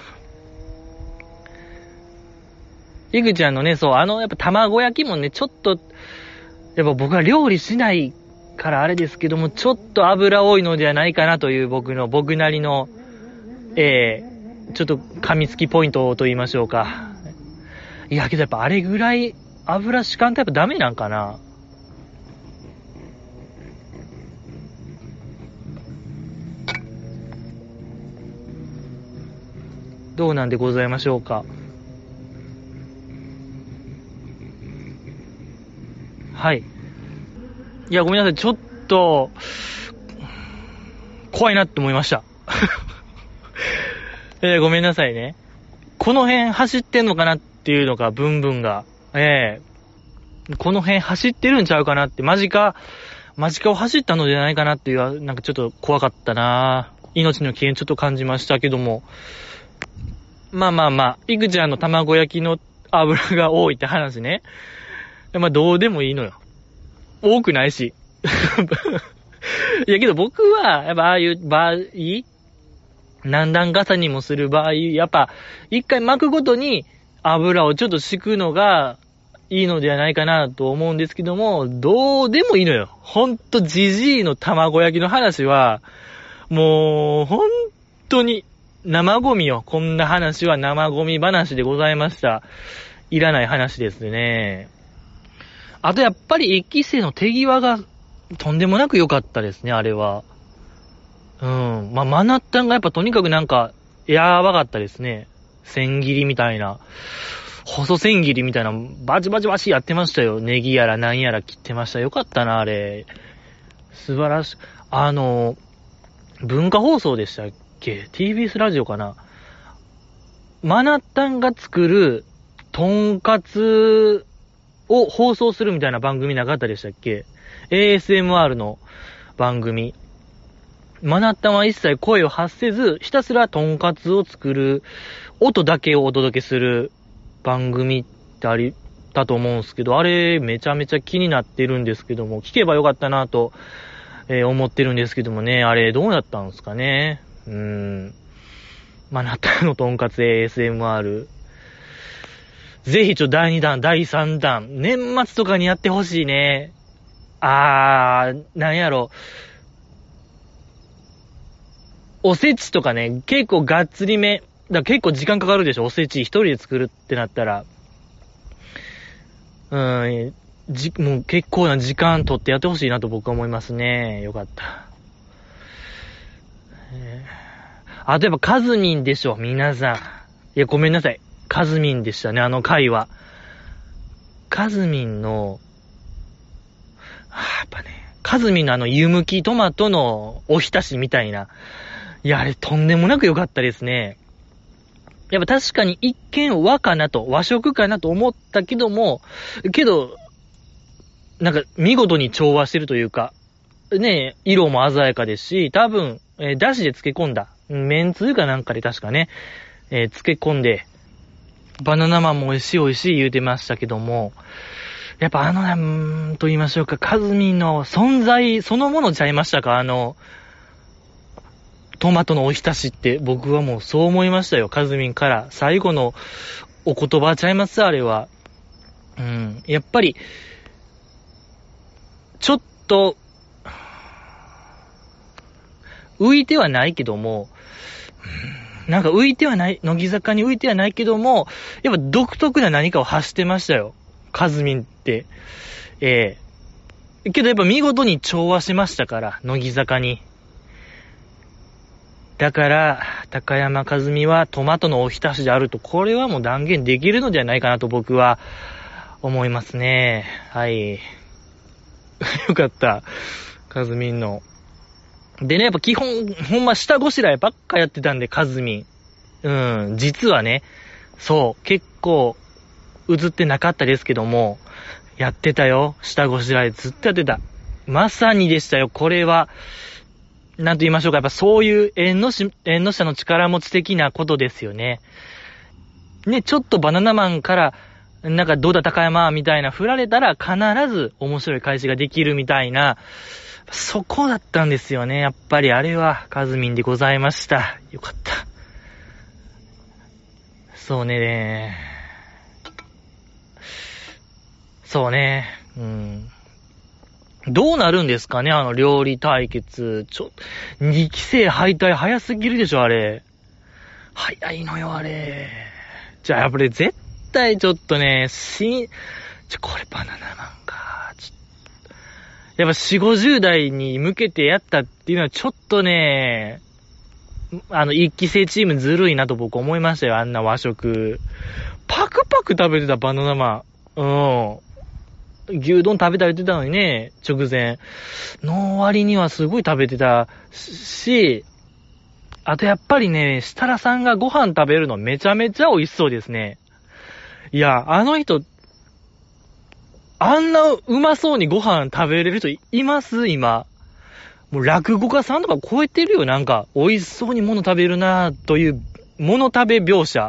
いぐちゃんのね、そう、やっぱ卵焼きもね、ちょっと、やっぱ僕は料理しないからあれですけども、ちょっと油多いのではないかなという僕なりの、ちょっと噛みつきポイントと言いましょうか。いや、けどやっぱあれぐらい油しかんとやっぱダメなんかな。どうなんでございましょうか。はい。いや、ごめんなさい。ちょっと、怖いなって思いました。ごめんなさいね。この辺走ってんのかなっていうのが、ブンブンが。この辺走ってるんちゃうかなって、間近を走ったのではないかなっていう、なんかちょっと怖かったな。命の危険ちょっと感じましたけども。まあ、いくちゃんの卵焼きの油が多いって話ね。まあ、どうでもいいのよ。多くないし。いやけど僕は、やっぱああいう場合、何段重にもする場合、やっぱ、一回巻くごとに油をちょっと敷くのがいいのではないかなと思うんですけども、どうでもいいのよ。ほんとジジイの卵焼きの話は、もう、ほんとに、生ゴミよ。こんな話は生ゴミ話でございました。いらない話ですね。あとやっぱり一期生の手際がとんでもなく良かったですね、あれは。まあ、マナッタンがやっぱとにかくなんか、やばかったですね。千切りみたいな。細千切りみたいな、バチバチバチやってましたよ。ネギやら何やら切ってました。よかったな、あれ。素晴らしい。文化放送でしたっけ？ TBS ラジオかな？マナッタンが作る、とんかつを放送するみたいな番組なかったでしたっけ？ ASMR の番組。マナッタンは一切声を発せず、ひたすらとんかつを作る音だけをお届けする番組ってありたと思うんですけど、あれめちゃめちゃ気になってるんですけども、聞けばよかったなと、思ってるんですけどもね、あれどうなったんですかね。マナッタンのとんかつ ASMR。ぜひ第2弾、第3弾、年末とかにやってほしいね。なんやろ。おせちとかね、結構がっつりめ。だから結構時間かかるでしょ、おせち一人で作るってなったら。もう結構な時間取ってやってほしいなと僕は思いますね。よかった。あとやっぱカズミンでしょ、皆さん。いや、ごめんなさい。カズミンでしたね、あの回は。カズミンの、やっぱね、カズミンの湯むきトマトのおひたしみたいな。いや、あれとんでもなく良かったですね。やっぱ確かに一見和食かなと思ったけども、なんか見事に調和してるというか、ね、色も鮮やかですし、多分、だしで漬け込んだ、めんつゆかなんかで確かね、漬け込んで、バナナマンも美味しい言うてましたけども、やっぱと言いましょうか、カズミの存在そのものちゃいましたか？ トマトのおひたしって僕はもうそう思いましたよ。カズミンから最後のお言葉ちゃいますあれは。やっぱりちょっと浮いてはないけども、なんか浮いてはない、乃木坂に浮いてはないけども、やっぱ独特な何かを発してましたよ。カズミンって。けどやっぱ見事に調和しましたから、乃木坂に。だから、高山和美はトマトのおひたしであると、これはもう断言できるのではないかなと僕は思いますね。はい。よかった。カズミンの。でね、やっぱ基本、ほんま下ごしらえばっかやってたんで、カズミン。実はね、そう、結構、映ってなかったですけども、やってたよ。下ごしらえずっとやってた。まさにでしたよ、これは。なんと言いましょうか、やっぱそういう縁の下の力持ち的なことですよね。ね、ちょっとバナナマンから、なんかどうだ高山みたいな振られたら必ず面白い返しができるみたいな、そこだったんですよね。やっぱりあれはカズミンでございました。よかった。そうね。そうね。どうなるんですかね、あの料理対決。2期生敗退早すぎるでしょ、あれ。早いのよ、あれ。じゃあ、やっぱり絶対ちょっとね、これバナナマンか。やっぱ4、50代に向けてやったっていうのはちょっとね、1期生チームずるいなと僕思いましたよ、あんな和食。パクパク食べてたバナナマン。牛丼食べたり言ってたのにね、直前。の割にはすごい食べてたし、あとやっぱりね、設楽さんがご飯食べるのめちゃめちゃ美味しそうですね。いや、あの人、あんなうまそうにご飯食べれる人います今。もう落語家さんとか超えてるよ、なんか。美味しそうに物食べるなぁという、物食べ描写。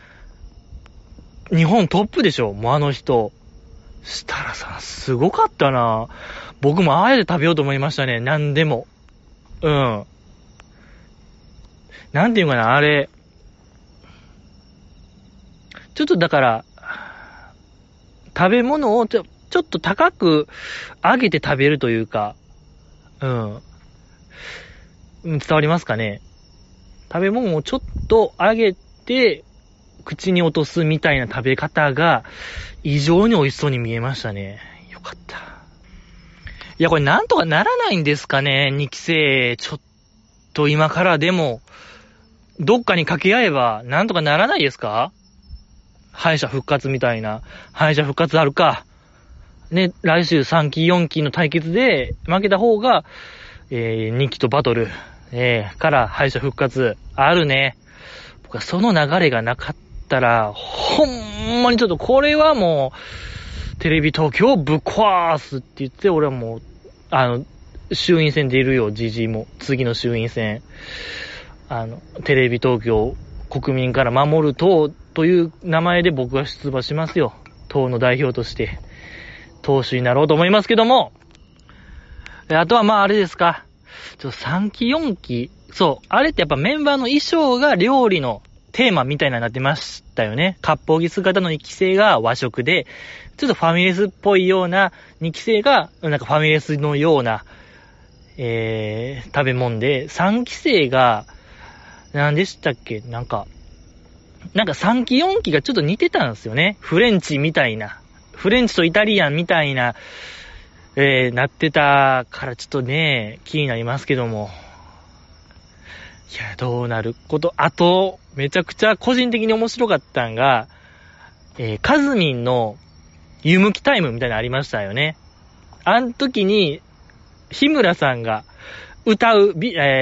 日本トップでしょ、もうあの人。設楽さん、すごかったなぁ。僕もああやって食べようと思いましたね、何でも。なんていうかな、あれ。ちょっとだから、食べ物をちょっと高く上げて食べるというか、伝わりますかね。食べ物をちょっと上げて、口に落とすみたいな食べ方が、異常に美味しそうに見えましたね。よかった。いや、これなんとかならないんですかね、2期生。ちょっと今からでも、どっかに掛け合えば、なんとかならないですか？敗者復活みたいな。敗者復活あるか。ね、来週3期4期の対決で負けた方が、2期とバトル、から敗者復活あるね。僕はその流れがなかったら、ほんまにちょっとこれはもう、テレビ東京をぶっ壊すって言って、俺はもう、衆院選でいるよ、じじいも。次の衆院選。テレビ東京、国民から守る党という名前で僕は出馬しますよ。党の代表として。党首になろうと思いますけども。あとはまああれですか。3期4期。そう。あれってやっぱメンバーの衣装が料理のテーマみたいになってましたよね。割烹着姿の1期生が和食で、ちょっとファミレスっぽいような2期生が、なんかファミレスのような、食べ物で、3期生が、何でしたっけ？なんか3期4期がちょっと似てたんですよね。フレンチみたいな。フレンチとイタリアンみたいな、なってたからちょっとね、気になりますけども。いや、どうなること。あと、めちゃくちゃ個人的に面白かったんが、カズミンの湯むきタイムみたいなのありましたよね。あの時に、日村さんが歌う、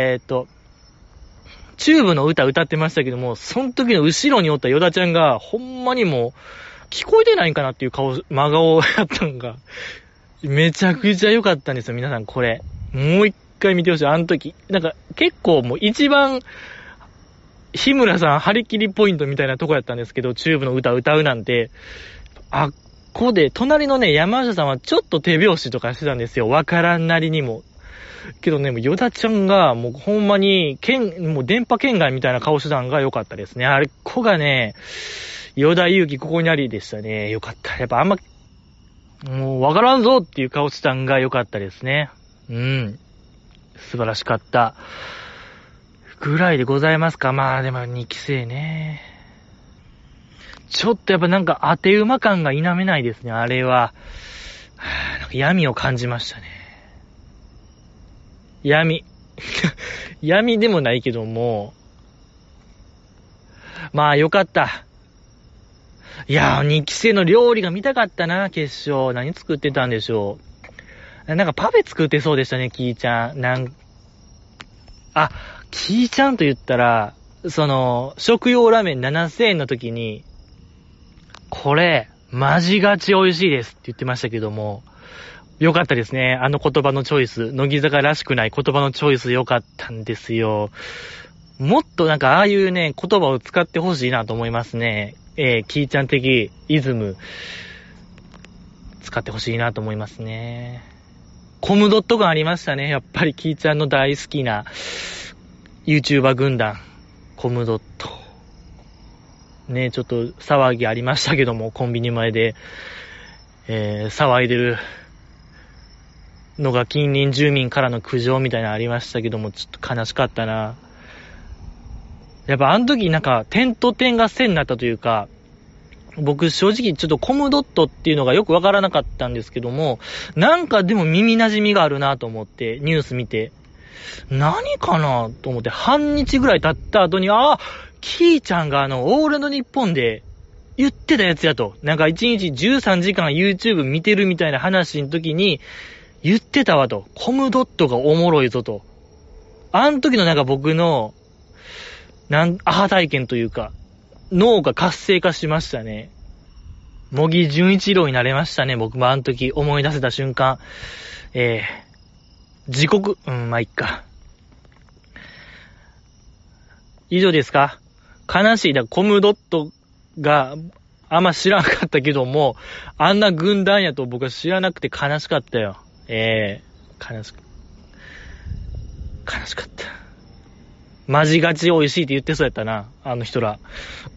チューブの歌歌ってましたけども、その時の後ろにおったヨダちゃんが、ほんまにもう、聞こえてないんかなっていう真顔をやったんが、めちゃくちゃ良かったんですよ、皆さんこれ。もう一回見てほしい、あの時。なんか、結構もう一番、日村さん張り切りポイントみたいなとこやったんですけど、チューブの歌歌うなんて、あっこで、隣のね、山下さんはちょっと手拍子とかしてたんですよ。わからんなりにも。 けどね、もうヨダちゃんが、もうほんまに、もう電波圏外みたいな顔手段が良かったですね。あれ、子がね、ヨダ勇気ここにありでしたね。良かった。やっぱあんま、もうわからんぞっていう顔手段が良かったですね。うん。素晴らしかった。ぐらいでございますか。まあでも2期生ね。ちょっとやっぱなんか当て馬感が否めないですね、あれは。なんか闇を感じましたね。闇。闇でもないけども。まあよかった。いやー、2期生の料理が見たかったな、決勝。何作ってたんでしょう。なんかパフェ作ってそうでしたね、キーちゃん。キーちゃんと言ったら、食用ラーメン7000円の時に、これ、マジガチ美味しいですって言ってましたけども、よかったですね。あの言葉のチョイス。乃木坂らしくない言葉のチョイスよかったんですよ。もっとなんかああいうね、言葉を使ってほしいなと思いますね。キーちゃん的イズム、使ってほしいなと思いますね。コムドットがありましたね。やっぱりキーちゃんの大好きな YouTuber 軍団、コムドット。ね、ちょっと騒ぎありましたけども、コンビニ前で、騒いでるのが近隣住民からの苦情みたいなのありましたけども、ちょっと悲しかったな。やっぱあの時なんか点と点が線になったというか、僕正直ちょっとコムドットっていうのがよくわからなかったんですけども、なんかでも耳馴染みがあるなと思ってニュース見て、何かなと思って半日ぐらい経った後に、キーちゃんがオールの日本で言ってたやつやと。なんか1日13時間 YouTube 見てるみたいな話の時に言ってたわと。コムドットがおもろいぞと。あの時のなんか僕のアハ体験というか、脳が活性化しましたね。茂木純一郎になれましたね。僕もあの時思い出せた瞬間。時刻、まあ、いっか。以上ですか？悲しい。だからコムドットがあんま知らなかったけども、あんな軍団やと僕は知らなくて悲しかったよ。悲しかった。マジガチ美味しいって言ってそうやったな、あの人ら。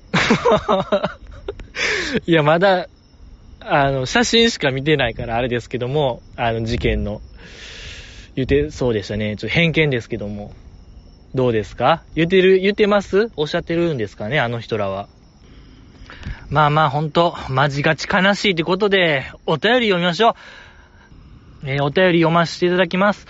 いや、まだ、写真しか見てないからあれですけども、事件の、言ってそうでしたね。ちょっと偏見ですけども。どうですか？言ってますおっしゃってるんですかね、あの人らは。まあまあ、ほんと、マジガチ悲しいってことで、お便り読みましょう。お便り読ませていただきます。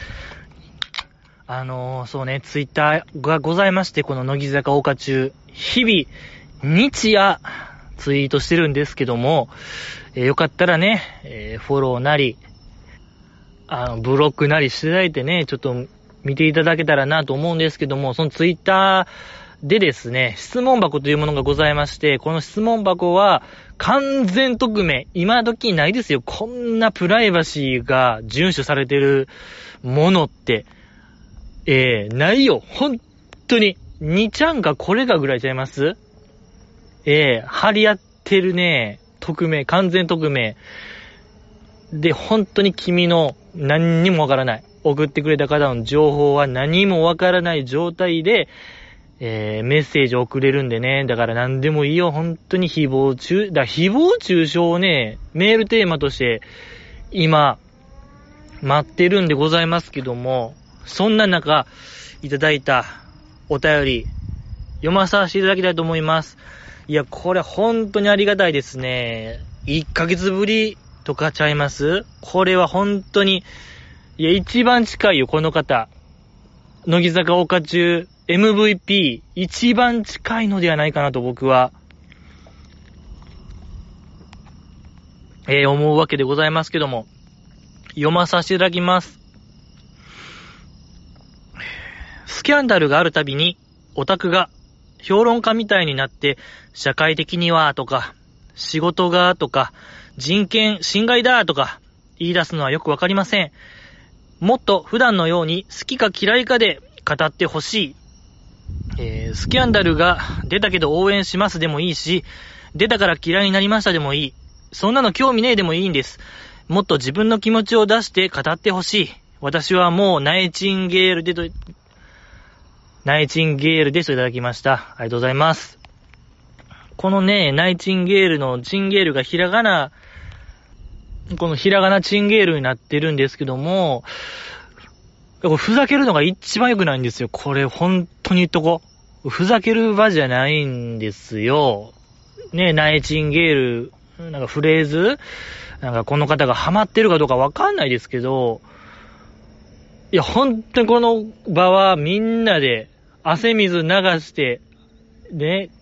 そうね、ツイッターがございまして、この乃木坂岡中、日々、日夜、ツイートしてるんですけども、よかったらね、フォローなり、ブロックなりしていただいてね、ちょっと見ていただけたらなと思うんですけども、そのツイッターでですね、質問箱というものがございまして、この質問箱は完全匿名、今時ないですよ。こんなプライバシーが遵守されてるものって、ないよ。本当に。2ちゃんかこれかぐらいちゃいます？張り合ってるね。匿名、完全匿名。で、本当に君の何にもわからない。送ってくれた方の情報は何もわからない状態で、メッセージを送れるんでね。だから何でもいいよ。本当に誹謗中傷をね、メールテーマとして今、待ってるんでございますけども、そんな中、いただいたお便り、読まさせていただきたいと思います。いや、これ本当にありがたいですね。1ヶ月ぶりとかちゃいます？これは本当に、いや、一番近いよ、この方。乃木坂岡中 MVP、一番近いのではないかなと僕は、思うわけでございますけども、読まさせていただきます。スキャンダルがあるたびに、オタクが評論家みたいになって、社会的にはとか、仕事がとか、人権侵害だとか、言い出すのはよくわかりません。もっと普段のように好きか嫌いかで語ってほしい。スキャンダルが出たけど応援しますでもいいし、出たから嫌いになりましたでもいい。そんなの興味ねえでもいいんです。もっと自分の気持ちを出して語ってほしい。 私はもうナイチンゲールですといただきました。ありがとうございます。このね、ナイチンゲールのチンゲールがこのひらがなチンゲールになってるんですけども、ふざけるのが一番良くないんですよ。これ本当に言っとこう。ふざける場じゃないんですよ。ね、ナイチンゲール、なんかフレーズなんかこの方がハマってるかどうかわかんないですけど、いや、本当にこの場はみんなで汗水流して、ね、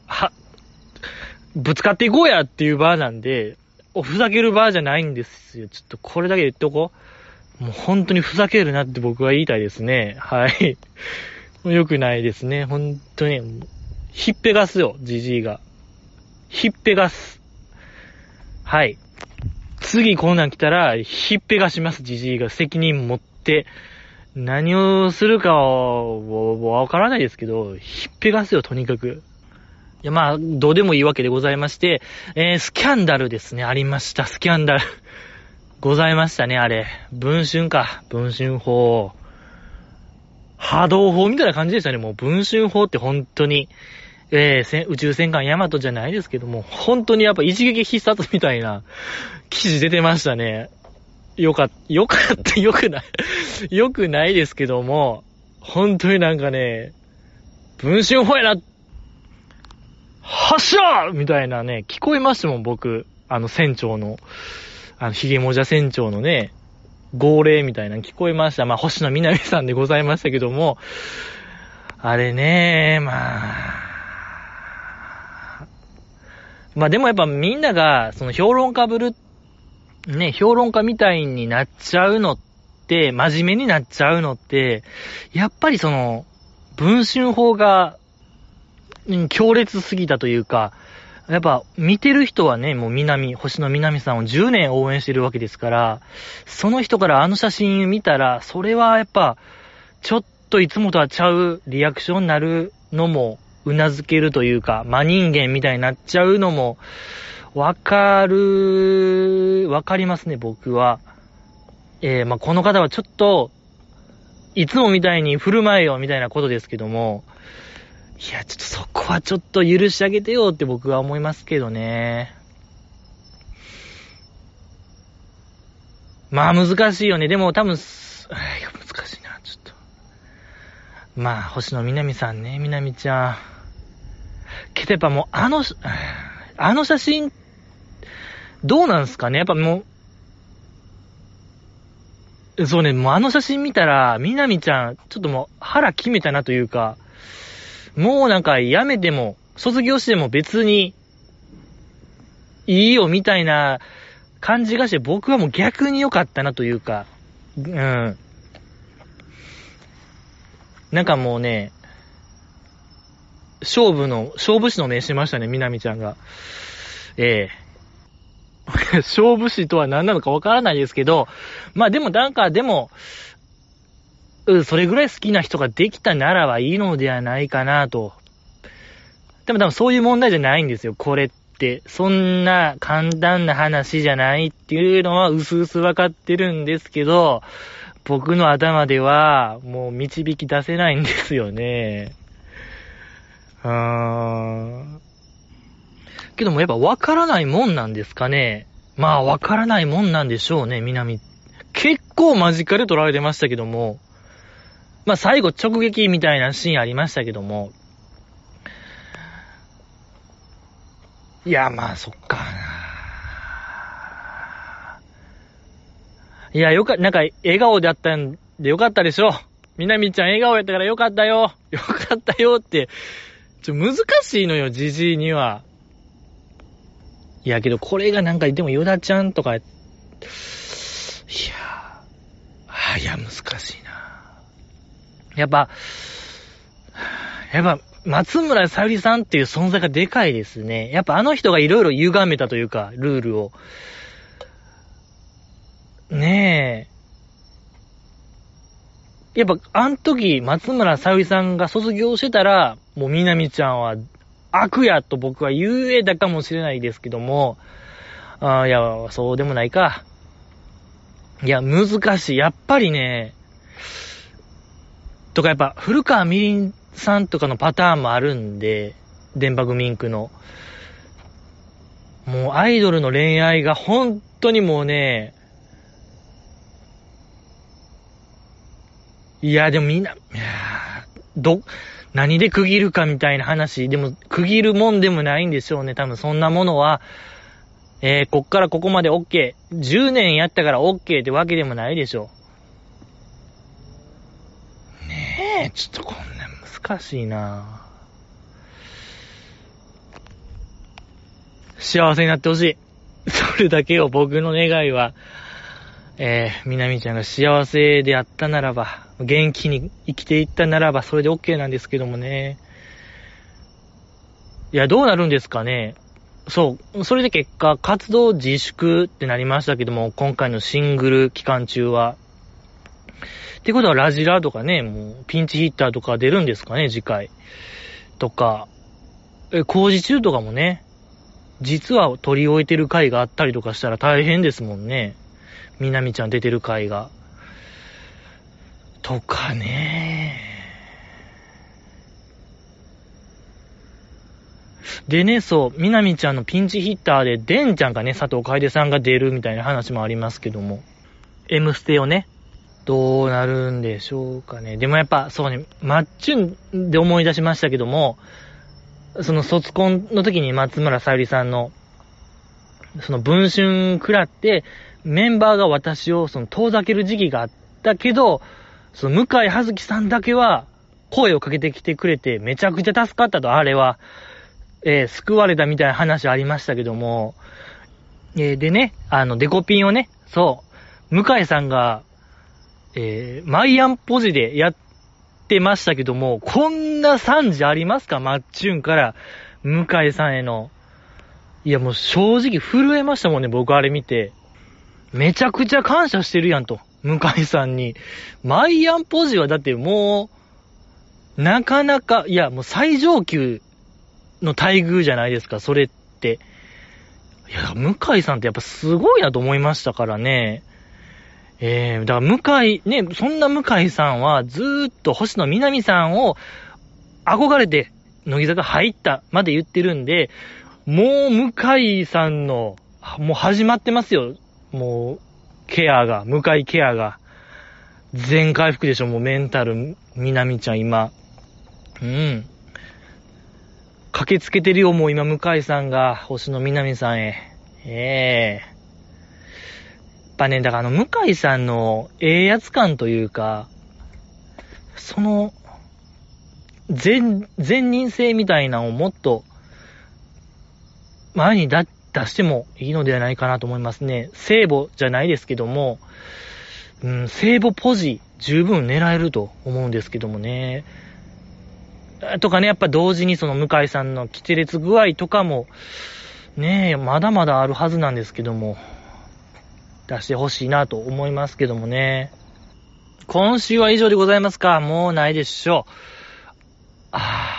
ぶつかっていこうやっていう場なんで、ふざける場じゃないんですよ。ちょっとこれだけ言っとこう。もう本当にふざけるなって僕は言いたいですね。はい。良くないですね。本当に。ひっぺがすよ、ジジイが。ひっぺがす。はい。次こんなん来たら、ひっぺがします、ジジイが。責任持って。何をするかは、わからないですけど、ひっぺがすよ、とにかく。いや、まあ、どうでもいいわけでございまして、スキャンダルですね、ありました、スキャンダル。ございましたね、あれ。文春か、文春法。波動砲みたいな感じでしたね、もう文春砲って本当に、宇宙戦艦ヤマトじゃないですけども、本当にやっぱ一撃必殺みたいな記事出てましたね。よくないですけども、本当になんかね、文春砲やな、発射みたいなね、聞こえましたもん、僕。船長の、ヒゲモジャ船長のね、号令みたいなの聞こえました。まあ、星野みなみさんでございましたけども、あれね、まあでもやっぱみんなが、その評論家みたいになっちゃうのって、真面目になっちゃうのって、やっぱりその、文春法が、強烈すぎたというか、やっぱ見てる人はね、もう星野みなみさんを10年応援してるわけですから、その人からあの写真見たら、それはやっぱ、ちょっといつもとはちゃうリアクションになるのも、うなずけるというか、真人間みたいになっちゃうのも、わかりますね、僕は。まあ、この方はちょっと、いつもみたいに振る舞えよ、みたいなことですけども、いや、ちょっとそこはちょっと許してあげてよって僕は思いますけどね。まあ難しいよね。でも多分、難しいな、ちょっと。まあ、星野みなみさんね、みなみちゃん。けどやっぱもうあの写真、どうなんすかねやっぱもう、そうね、もうあの写真見たら、みなみちゃん、ちょっともう腹決めたなというか、もうなんかやめても、卒業しても別にいいよみたいな感じがして、僕はもう逆に良かったなというか、なんかもうね、勝負師の目してましたね、みなみちゃんが。勝負師とは何なのかわからないですけど、まあでもそれぐらい好きな人ができたならはいいのではないかなと。でも多分そういう問題じゃないんですよ、これって。そんな簡単な話じゃないっていうのは薄々わかってるんですけど、僕の頭ではもう導き出せないんですよね。けどもやっぱわからないもんなんですかね。まあわからないもんなんでしょうね、結構間近で撮られてましたけども、まあ最後直撃みたいなシーンありましたけども、いやまあそっかいやなんか笑顔だったんでよかったでしょ。みなみちゃん笑顔やったからよかったよって、難しいのよ、じじいには。いやけどこれがなんかでもヨダちゃんとか、いや難しいな。やっぱ松村さゆりさんっていう存在がでかいですね。やっぱあの人がいろいろ歪めたというか、ルールを。ねえ。やっぱあの時松村さゆりさんが卒業してたら、もうみなみちゃんは悪やと僕は言えたかもしれないですけども、いや、そうでもないか。 いや、難しい。やっぱりね、とかやっぱ、古川みりんさんとかのパターンもあるんで、電波組インクの。もうアイドルの恋愛が本当にもうね、いや、でもみんな、何で区切るかみたいな話、でも区切るもんでもないんでしょうね。多分そんなものは、こっからここまで OK。10年やったから OK ってわけでもないでしょう。ねえ、ちょっとこんな難しいな。幸せになってほしい。それだけを僕の願いは、みなみちゃんが幸せであったならば、元気に生きていったならば、それで OK なんですけどもね。いや、どうなるんですかね。そう。それで結果、活動自粛ってなりましたけども、今回のシングル期間中は。ってことは、ラジラとかね、もう、ピンチヒッターとか出るんですかね、次回。とか、工事中とかもね、実は取り終えてる回があったりとかしたら大変ですもんね。みなみちゃん出てる回が。とかね。でね、そう、みなみちゃんのピンチヒッターで、でんちゃんがね、佐藤楓さんが出るみたいな話もありますけども。M ステをね、どうなるんでしょうかね。でもやっぱ、そうね、マッチュンで思い出しましたけども、その卒コンの時に松村さゆりさんの、その文春食らって、メンバーが私を遠ざける時期があったけど、その向井葉月さんだけは声をかけてきてくれてめちゃくちゃ助かったと、あれは、救われたみたいな話ありましたけども、でね、デコピンをね、そう、向井さんが、マイアンポジでやってましたけども、こんな惨事ありますか？マッチュンから向井さんへの。いやもう正直震えましたもんね、僕あれ見て。めちゃくちゃ感謝してるやんと。向井さんに。マイアンポジはだってもう、なかなか、いやもう最上級の待遇じゃないですか、それって。いや、向井さんってやっぱすごいなと思いましたからね。だから向井、ね、そんな向井さんはずーっと星野みなみさんを憧れて、乃木坂入ったまで言ってるんで、もう向井さんの、もう始まってますよ。もう、ケアが、向井ケアが。全回復でしょ、もうメンタル、みなみちゃん今。うん。駆けつけてるよ、もう今、向井さんが、星野みなみさんへ。やっぱね、だから向井さんのやつ感というか、その、善人性みたいなのをもっと、前に出してもいいのではないかなと思いますね。聖母じゃないですけども、聖母ポジ十分狙えると思うんですけどもね。とかね、やっぱ同時にその向井さんのキテレツ具合とかも、ねえ、まだまだあるはずなんですけども、出してほしいなと思いますけどもね。今週は以上でございますか？もうないでしょう。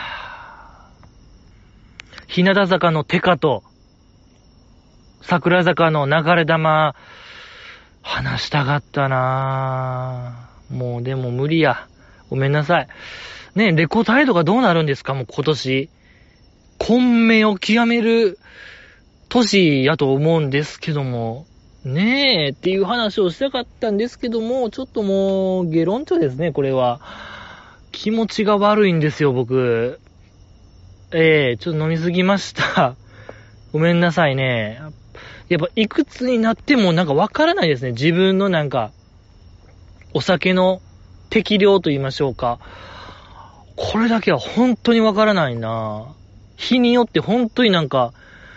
日向坂のテカと、桜坂の流れ玉、話したかったなぁ。もうでも無理や。ごめんなさい。ねえ、レコ大とかどうなるんですか？もう今年。混迷を極める年やと思うんですけども。ねえ、っていう話をしたかったんですけども、ちょっともう、ゲロンチョですね、これは。気持ちが悪いんですよ、僕。ちょっと飲みすぎました。ごめんなさいね。やっぱいくつになってもなんかわからないですね。自分のなんか、お酒の適量と言いましょうか。これだけは本当にわからないな。日によって本当になんか、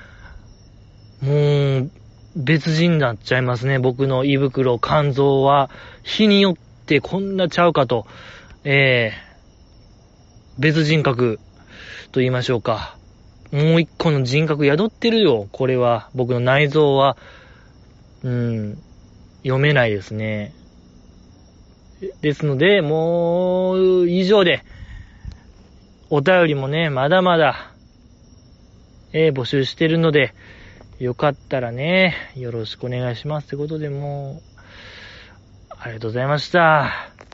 もう、別人になっちゃいますね。僕の胃袋、肝臓は、日によってこんなちゃうかと。別人格と言いましょうか。もう一個の人格宿ってるよ。これは。僕の内臓は、読めないですね。ですので、もう、以上で、お便りもね、まだまだ、募集してるので、よかったらね、よろしくお願いしますってことでもう、 ありがとうございました。